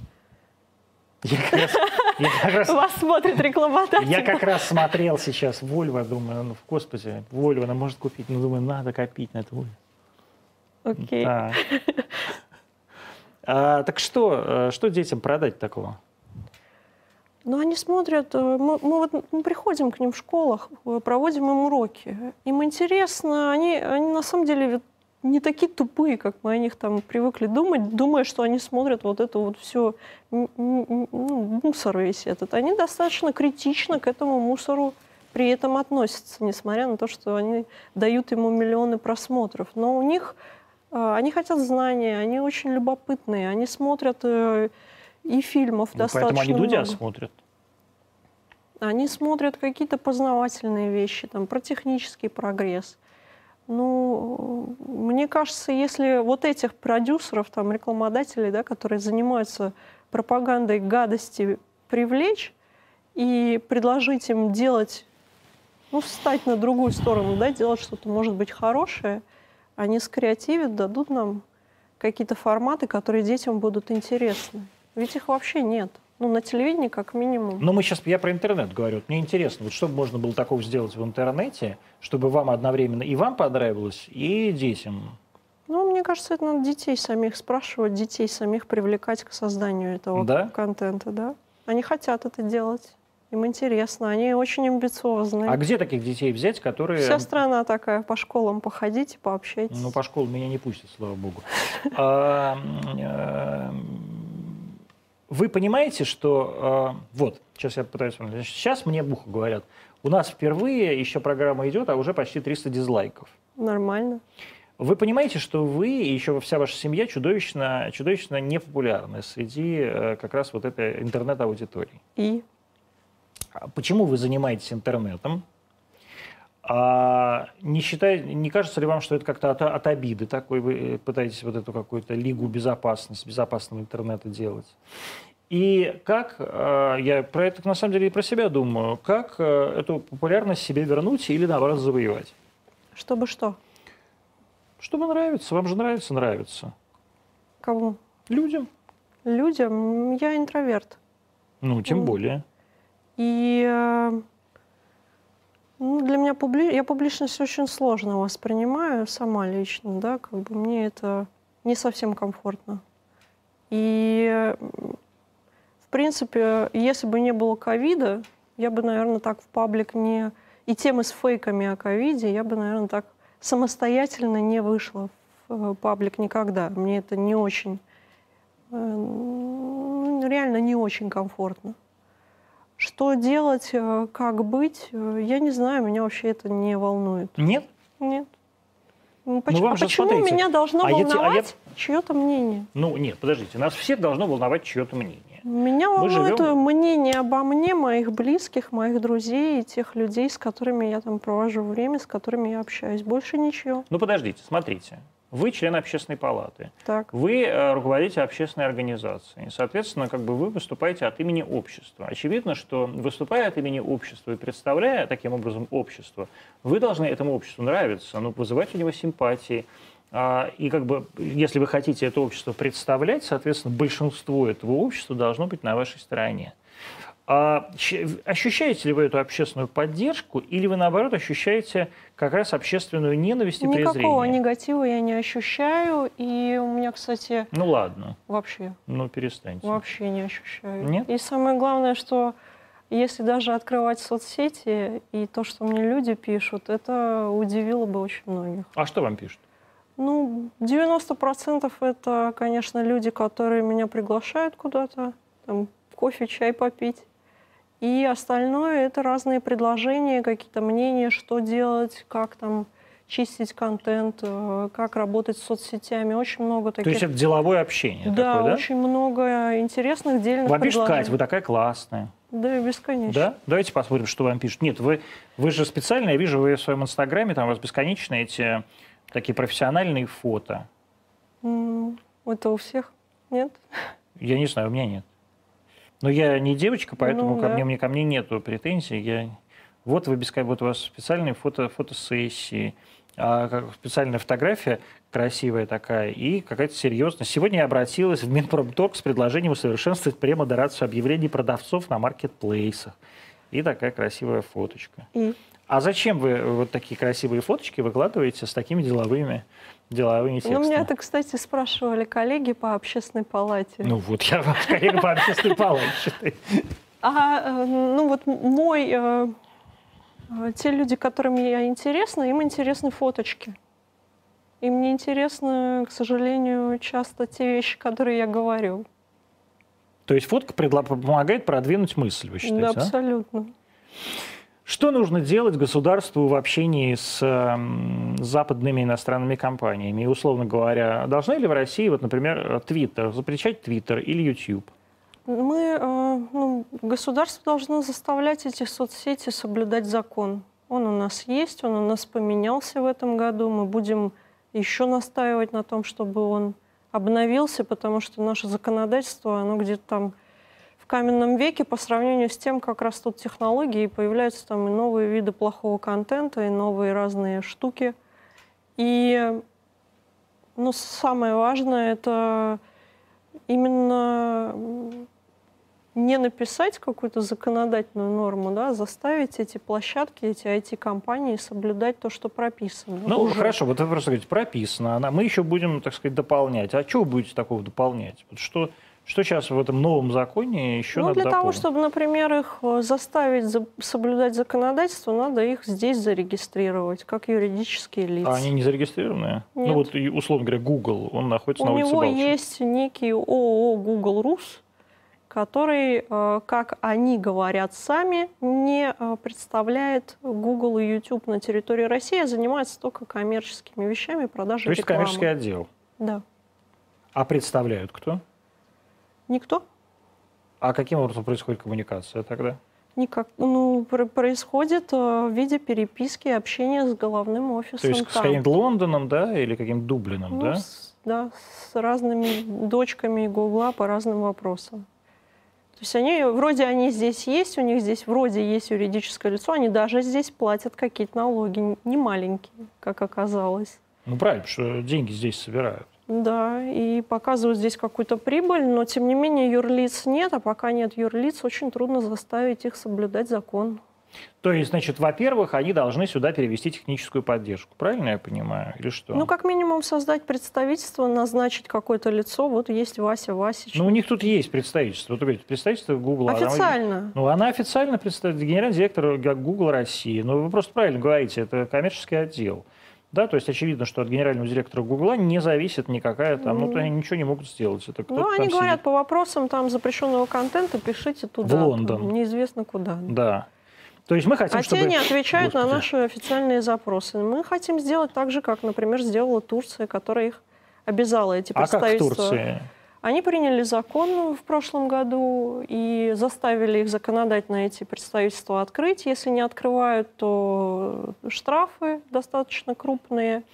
Вас смотрит рекламодатель. Я как раз смотрел сейчас Volvo, думаю, ну, господи, Volvo она может купить. Ну, думаю, надо копить на это Volvo. Окей. Да. Так что детям продать такого? Ну, они смотрят, мы приходим к ним в школах, проводим им уроки. Им интересно, они на самом деле не такие тупые, как мы о них там привыкли думать, думая, что они смотрят вот это вот все, мусор весь этот. Они достаточно критично к этому мусору при этом относятся, несмотря на то, что они дают ему миллионы просмотров. Но у них, они хотят знания, они очень любопытные, они смотрят и фильмов достаточно поэтому они Дудя много. Смотрят. Они смотрят какие-то познавательные вещи, там, про технический прогресс. Ну, мне кажется, если вот этих продюсеров, там, рекламодателей, да, которые занимаются пропагандой гадости, привлечь и предложить им делать, ну, встать на другую сторону, да, делать что-то, может быть, хорошее, они скреативят, дадут нам какие-то форматы, которые детям будут интересны. Ведь их вообще нет. Ну, на телевидении как минимум. Ну, я про интернет говорю. Мне интересно, вот что бы можно было такого сделать в интернете, чтобы вам одновременно и вам понравилось, и детям? Ну, мне кажется, это надо детей самих спрашивать, детей самих привлекать к созданию этого контента, да. Они хотят это делать. Им интересно, они очень амбициозные. А где таких детей взять, которые... Вся страна такая, по школам походите, пообщайтесь. Ну, по школам меня не пустят, слава богу. Вы понимаете, что... Вот, сейчас я пытаюсь... Сейчас мне в ухо говорят, у нас впервые еще программа идет, а уже почти 300 дизлайков. Нормально. Вы понимаете, что вы и еще вся ваша семья чудовищно непопулярны среди как раз вот этой интернет-аудитории. И? Почему вы занимаетесь интернетом? Не кажется ли вам, что это как-то от обиды такой, вы пытаетесь вот эту какую-то лигу безопасного интернета делать? И как, я про это на самом деле и про себя думаю, как эту популярность себе вернуть или наоборот завоевать? Чтобы что? Чтобы нравится. Вам же нравится. Кому? Людям. Людям? Я интроверт. Ну, тем более. И для меня я публичность очень сложно воспринимаю сама лично, да, как бы мне это не совсем комфортно. И, в принципе, если бы не было ковида, я бы, наверное, так в паблик не... И темы с фейками о ковиде я бы, наверное, так самостоятельно не вышла в паблик никогда. Мне это не очень... реально не очень комфортно. Что делать, как быть, я не знаю, меня вообще это не волнует. Нет? Нет. Почему меня должно волновать чье-то мнение? Ну, нет, подождите, нас всех должно волновать чье-то мнение. Меня волнует мнение обо мне, моих близких, моих друзей и тех людей, с которыми я там провожу время, с которыми я общаюсь. Больше ничего. Ну, подождите, смотрите. Вы член общественной палаты. Так. Вы руководитель общественной организации. Соответственно, как бы вы выступаете от имени общества. Очевидно, что выступая от имени общества и представляя таким образом общество, вы должны этому обществу нравиться, вызывать у него симпатии. И как бы, если вы хотите это общество представлять, соответственно, большинство этого общества должно быть на вашей стороне. Ощущаете ли вы эту общественную поддержку, или вы, наоборот, ощущаете как раз общественную ненависть и презрение? Никакого негатива я не ощущаю, и у меня, кстати... Ну ладно. Вообще. Ну перестаньте. Вообще не ощущаю. Нет? И самое главное, что если даже открывать соцсети, и то, что мне люди пишут, это удивило бы очень многих. А что вам пишут? 90% это, конечно, люди, которые меня приглашают куда-то, там, кофе, чай попить. И остальное — это разные предложения, какие-то мнения, что делать, как там чистить контент, как работать с соцсетями. Очень много таких. То есть это деловое общение Да, такое, да? очень много интересных, дельных Вам пишут: предложений. Кать, вы такая классная. Да, бесконечно. Да? Давайте посмотрим, что вам пишут. Нет, вы же специально, я вижу, вы в своем инстаграме, там у вас бесконечные эти такие профессиональные фото. Это у всех? Нет? Я не знаю, у меня нет. Но я не девочка, поэтому да. ко мне нету претензий. Вот у вас специальные фотосессии, специальная фотография красивая такая и какая-то серьезная. Сегодня я обратилась в Минпромторг с предложением усовершенствовать премодерацию объявлений продавцов на маркетплейсах. И такая красивая фоточка. А зачем вы вот такие красивые фоточки выкладываете с такими деловыми текстами? Меня это, кстати, спрашивали коллеги по общественной палате. Ну вот, я вам коллега по общественной палате считаю. Те люди, которым я интересна, им интересны фоточки. Им не интересны, к сожалению, часто те вещи, которые я говорю. То есть фотка помогает продвинуть мысль, вы считаете? Да, абсолютно. Что нужно делать государству в общении с западными иностранными компаниями? И, условно говоря, должны ли в России, вот, например, Twitter, запрещать Twitter или YouTube? Государство должно заставлять эти соцсети соблюдать закон. Он у нас есть, он у нас поменялся в этом году. Мы будем еще настаивать на том, чтобы он обновился, потому что наше законодательство, оно где-то там в каменном веке по сравнению с тем, как растут технологии, и появляются там и новые виды плохого контента, и новые разные штуки. И самое важное — это именно не написать какую-то законодательную норму, да, заставить эти площадки, эти IT-компании соблюдать то, что прописано. Хорошо, вот вы просто говорите, прописано, мы еще будем, так сказать, дополнять. А что вы будете такого дополнять? Что сейчас в этом новом законе еще надо для того, дополнить? чтобы, например, их заставить соблюдать законодательство, надо их здесь зарегистрировать, как юридические лица. А они не зарегистрированные? Нет. Условно говоря, Google, он находится на У улице него Балчуг. есть некий ООО «Google Рус», который, как они говорят сами, не представляет Google и YouTube на территории России, а занимается только коммерческими вещами, продажей рекламы. То есть коммерческий отдел? Да. А представляют кто? Никто. А каким образом происходит коммуникация тогда? Никак. Происходит в виде переписки и общения с головным офисом. То есть с каким-то Лондоном, да, или каким-то Дублином, да? Да, с разными дочками Гугла по разным вопросам. То есть они здесь есть, у них здесь вроде есть юридическое лицо, они даже здесь платят какие-то налоги, не маленькие, как оказалось. Правильно, потому что деньги здесь собирают. Да, и показывают здесь какую-то прибыль, но тем не менее юрлиц нет, а пока нет юрлиц, очень трудно заставить их соблюдать закон. То есть, значит, во-первых, они должны сюда перевести техническую поддержку, правильно я понимаю, или что? Как минимум создать представительство, назначить какое-то лицо, вот есть Вася Васич. У них тут есть представительство, вот вы говорите, представительство Google. Официально. Она официально представляет генеральный директор Google России, вы просто правильно говорите, это коммерческий отдел. Да, то есть очевидно, что от генерального директора Гугла не зависит никакая там, они ничего не могут сделать. Это они говорят, по вопросам запрещенного контента пишите туда. В Лондон. Неизвестно куда. Да. То есть мы хотим, чтобы... те не отвечают на наши официальные запросы. Мы хотим сделать так же, как, например, сделала Турция, которая их обязала, эти представительства. А как в Турции? Они приняли закон в прошлом году и заставили их законодательно эти представительства открыть. Если не открывают, то штрафы достаточно крупные.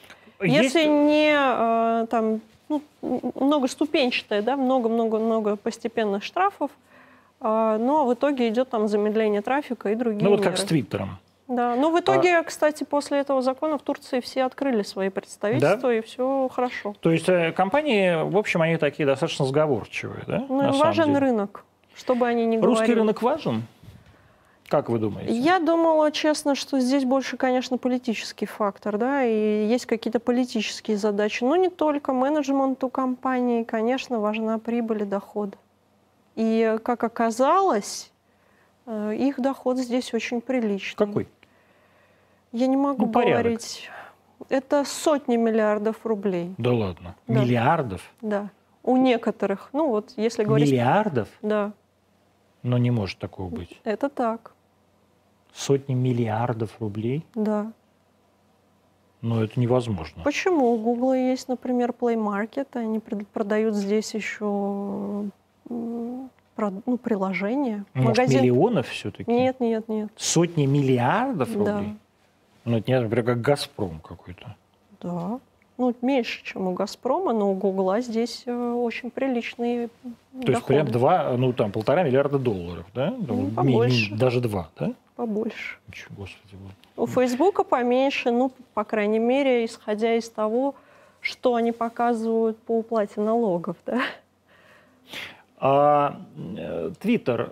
Если не там, ну, многоступенчатое, да, много-много-много постепенных штрафов, но в итоге идет там замедление трафика и другие Ну вот меры. как с Твиттером. Да, но в итоге, кстати, после этого закона в Турции все открыли свои представительства, Да? и все хорошо. То есть компании, в общем, они такие достаточно сговорчивые, да? Ну, на самом важен деле? рынок, чтобы они не говорили. Русский рынок важен? Как вы думаете? Я думала, честно, что здесь больше, конечно, политический фактор, да, и есть какие-то политические задачи. Но не только менеджменту компании, конечно, важна прибыль и доход. И, как оказалось, их доход здесь очень приличный. Какой? Я не могу порядок. говорить. Это сотни миллиардов рублей. Да ладно. Да. Миллиардов? Да. У некоторых. Ну вот, если говорить... Миллиардов? Да, Но не может такого быть. это так. Сотни миллиардов рублей? Да. Но это невозможно. Почему? У Гугла есть, например, Play Market. Они продают здесь еще приложения. Может, миллионов все-таки? Нет, нет, нет. Сотни миллиардов Да. рублей? Ну, это не например, как «Газпром» какой-то. Да. Ну, меньше, чем у «Газпрома», но у Гугла здесь очень приличные То есть прям $1,5 миллиарда долларов, да? Ну, побольше. Даже 2, да? Побольше. Ничего, Господи. У Фейсбука поменьше, ну, по крайней мере, исходя из того, что они показывают по уплате налогов, да? Твиттер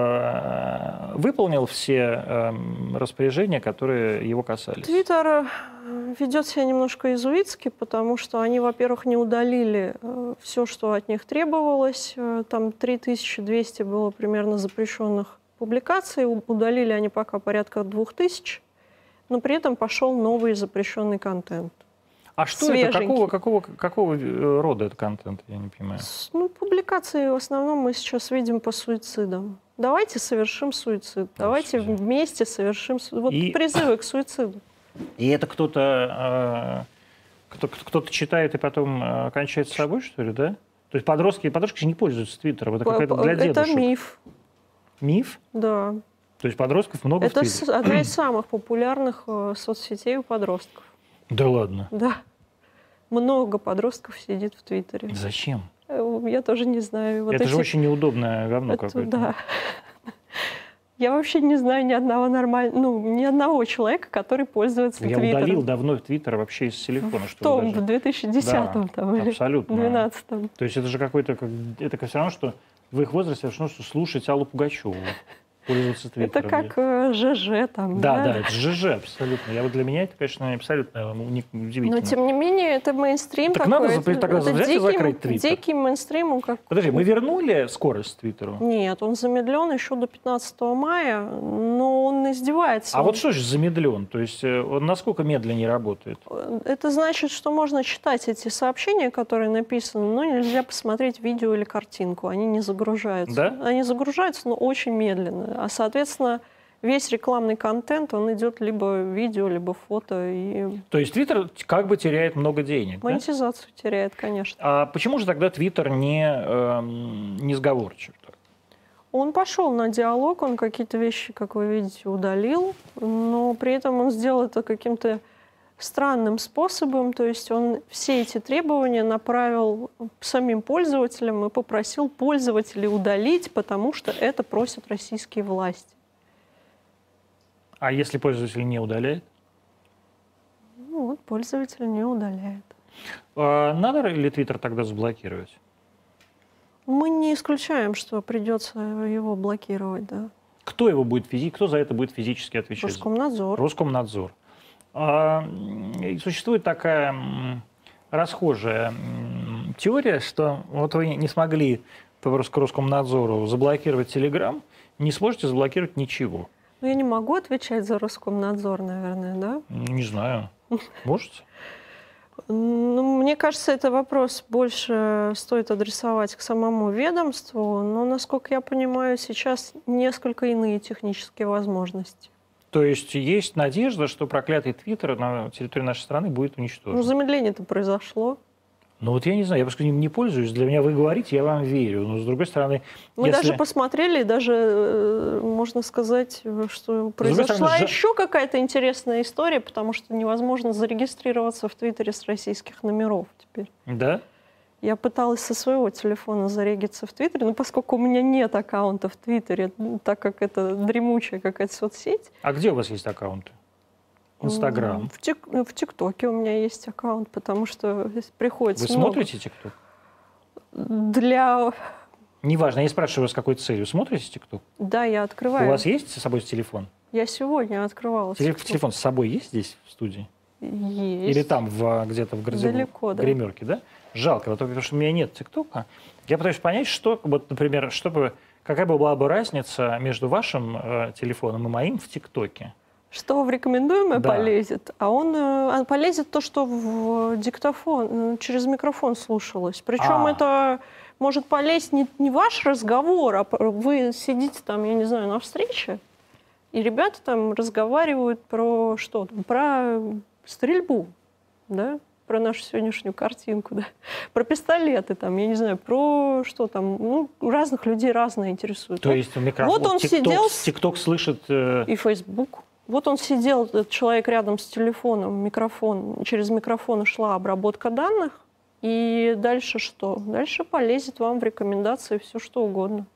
выполнил все распоряжения, которые его касались? Твиттер ведет себя немножко иезуитски, потому что они, во-первых, не удалили все, что от них требовалось. Там 3200 было примерно запрещенных публикаций. Удалили они пока порядка 2000, но при этом пошел новый запрещенный контент. А что это? Какого рода это контент? Я не понимаю. Ну, публикации в основном мы сейчас видим по суицидам. Давайте совершим суицид. Давайте вместе совершим суицид. Вот призывы к суициду. И это кто-то читает и потом кончает с собой, что ли, да? То есть подростки же не пользуются Твиттером. Это какая-то для дедушек. Это миф. Миф? Да. То есть подростков много в Твиттере? Это одна из самых популярных соцсетей у подростков. Да ладно? Да. Много подростков сидит в Твиттере. Зачем? Я тоже не знаю. Это же очень неудобное говно какое-то. Да. Я вообще не знаю ни одного человека, который пользуется Твиттером. Я удалил давно Твиттер вообще из телефона. В 2010-м там, или абсолютно. 2012-м. То есть это же какой-то... Это все равно, что в их возрасте все равно, что слушать Аллу Пугачеву. Пользоваться Твиттером. Это как ЖЖ там. Да, это ЖЖ абсолютно. Для меня это, конечно, абсолютно удивительно. Но тем не менее, это мейнстрим так такой. Надо тогда взять и закрыть Твиттер. Дикий мейнстрим. Подожди, мы вернули скорость Твиттеру? Нет, он замедлен еще до 15 мая, но он издевается. А вот что же замедлен? То есть он насколько медленнее работает? Это значит, что можно читать эти сообщения, которые написаны, но нельзя посмотреть видео или картинку. Они не загружаются. Да? Они загружаются, но очень медленно. А, соответственно, весь рекламный контент, он идет либо видео, либо фото. То есть Твиттер как бы теряет много денег, монетизацию теряет, конечно. А почему же тогда Твиттер не сговорчив? Он пошел на диалог, он какие-то вещи, как вы видите, удалил, но при этом он сделал это каким-то странным способом, то есть он все эти требования направил самим пользователям и попросил пользователей удалить, потому что это просят российские власти. А если пользователь не удаляет? Ну вот, пользователь не удаляет. Надо ли Твиттер тогда заблокировать? Мы не исключаем, что придется его блокировать, да. Кто за это будет физически отвечать? Роскомнадзор. Роскомнадзор. Существует такая расхожая теория, что вот вы не смогли по Роскомнадзору заблокировать Телеграм, не сможете заблокировать ничего. Ну, я не могу отвечать за Роскомнадзор, наверное, да? Не знаю. Можете? Ну, мне кажется, это вопрос больше стоит адресовать к самому ведомству, но, насколько я понимаю, сейчас несколько иные технические возможности. То есть есть надежда, что проклятый Твиттер на территории нашей страны будет уничтожен? Ну, замедление-то произошло. Ну вот я не знаю, я просто ним не пользуюсь. Для меня вы говорите, я вам верю. Но с другой стороны... Мы даже посмотрели, даже можно сказать, что произошла еще какая-то интересная история, потому что невозможно зарегистрироваться в Твиттере с российских номеров теперь. Да? Я пыталась со своего телефона зарегиться в Твиттере, но поскольку у меня нет аккаунта в Твиттере, так как это дремучая какая-то соцсеть. А где у вас есть аккаунты? Инстаграм? В ТикТоке у меня есть аккаунт, потому что приходится... Вы смотрите ТикТок? Для... Неважно, я спрашиваю, с какой целью. Смотрите ТикТок? Да, я открываю. У вас есть с собой телефон? Я сегодня открывала. Телефон с собой есть здесь, в студии? Есть. Или там, где-то в гримерке, да? Жалко, потому что у меня нет ТикТока. Я пытаюсь понять, что, вот, например, какая была бы разница между вашим телефоном и моим в ТикТоке? Что в рекомендуемое полезет, а он полезет то, что в диктофон, через микрофон слушалось. Причем это может полезть не ваш разговор, а вы сидите там, я не знаю, на встрече, и ребята там разговаривают про что? Про стрельбу, да? Про нашу сегодняшнюю картинку, да? Про пистолеты, там, я не знаю, про что там. Ну, разных людей разное интересует. То есть микрофон, вот он сидел... ТикТок слышит... И Фейсбук. Вот он сидел, этот человек рядом с телефоном, микрофон, через микрофон шла обработка данных, и дальше что? Дальше полезет вам в рекомендации все что угодно.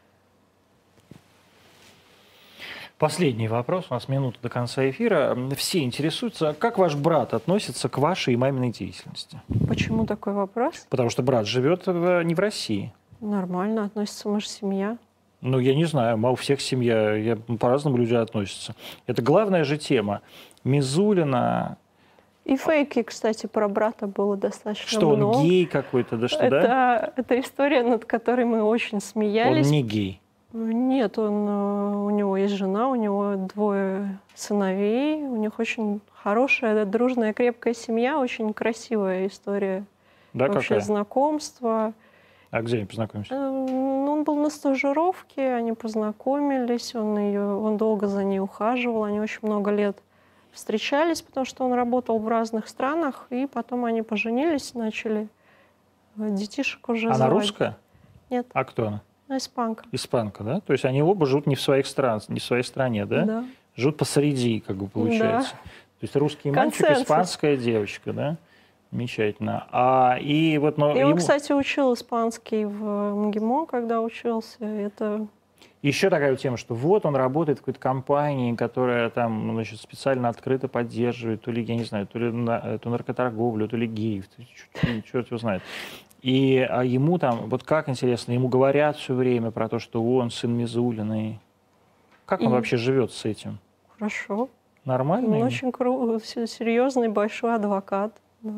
Последний вопрос, у нас минута до конца эфира. Все интересуются, как ваш брат относится к вашей и маминой деятельности? Почему такой вопрос? Потому что брат живет не в России. Нормально относится, мы же семья. Ну, я не знаю, у всех семья, по-разному люди относятся. Это главная же тема. Мизулина... И фейки, кстати, про брата было достаточно много. Что он гей какой-то, да что, да? Это история, над которой мы очень смеялись. Он не гей? Нет, у него есть жена, у него 2 сыновей, у них очень хорошая, дружная, крепкая семья, очень красивая история. Да, вообще какая? Знакомства. А где они познакомились? Он был на стажировке, они познакомились, он долго за ней ухаживал, они очень много лет встречались, потому что он работал в разных странах, и потом они поженились, начали детишек уже Она заводить. русская? Нет. А кто она? Испанка. Испанка, да? То есть они оба живут не в своей стране, да? Да. Живут посреди, как бы получается. Да. То есть русский мальчик, испанская девочка, да? Замечательно. Он, кстати, учил испанский в МГИМО, когда учился. Это... Еще такая тема, что вот он работает в какой-то компании, которая там, значит, специально открыто поддерживает, то ли, я не знаю, то ли эту наркоторговлю, то ли геев, черт его знает. И ему там, вот как интересно, ему говорят все время про то, что он сын Мизулиной. Как он вообще живет с этим? Хорошо. Нормально? Он очень серьезный, большой адвокат. Да.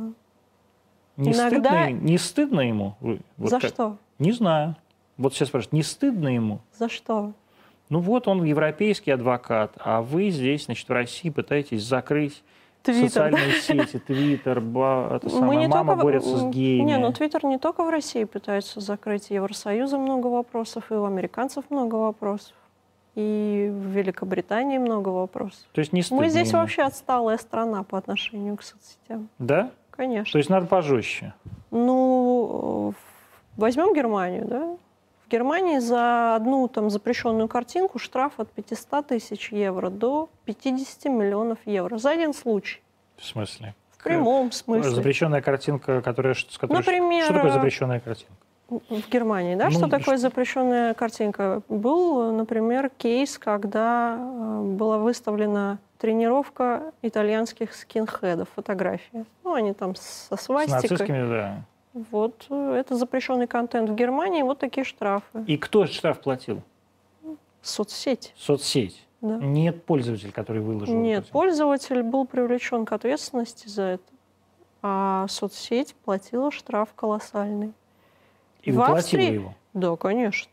Не стыдно ему? За что? Не знаю. Вот сейчас спрашивают, не стыдно ему? За что? Ну вот он европейский адвокат, а вы здесь, значит, в России пытаетесь закрыть социальные сети, Твиттер, мама борется с геями. Не, ну Твиттер не только в России пытаются закрыть, и Евросоюза много вопросов, и у американцев много вопросов, и в Великобритании много вопросов. То есть не стыдно Мы здесь ему? вообще отсталая страна по отношению к соцсетям. Да? Конечно. То есть надо пожестче? Ну, возьмем Германию, да? В Германии за одну там запрещенную картинку штраф от 500 тысяч евро до 50 миллионов евро за один случай. В смысле? В прямом смысле. Запрещенная картинка, Например, что такое запрещенная картинка? В Германии, да? Что такое запрещенная картинка? Был, например, кейс, когда была выставлена тренировка итальянских скинхедов, фотография. Ну, они там со свастикой. С нацистскими, да. Вот, это запрещенный контент в Германии, вот такие штрафы. И кто штраф платил? Соцсеть. Соцсеть? Да. Нет пользователя, который выложил? Нет, пользователь был привлечен к ответственности за это, а соцсеть платила штраф колоссальный. И вы платили его? Да, конечно.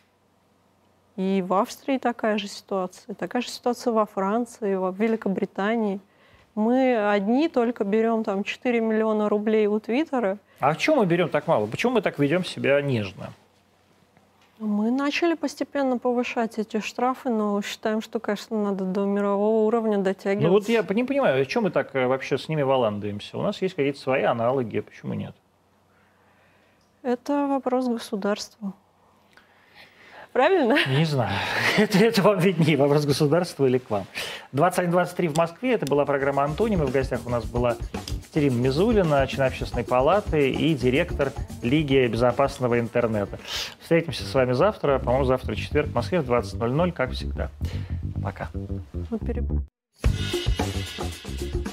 И в Австрии такая же ситуация. Такая же ситуация во Франции, в Великобритании. Мы одни только берем там 4 миллиона рублей у Твиттера. А чем мы берем так мало? Почему мы так ведем себя нежно? Мы начали постепенно повышать эти штрафы, но считаем, что, конечно, надо до мирового уровня дотягиваться. Ну вот я не понимаю, о чем мы так вообще с ними валандаемся? У нас есть какие-то свои аналоги, почему нет? Это вопрос государства. Правильно? Не знаю. Это вам виднее, вопрос государства или к вам. 21:23 в Москве. Это была программа «Антонимы». В гостях у нас была Екатерина Мизулина, член Общественной палаты и директор Лиги безопасного интернета. Встретимся с вами завтра. По-моему, завтра четверг в Москве в 20:00, как всегда. Пока. Ну,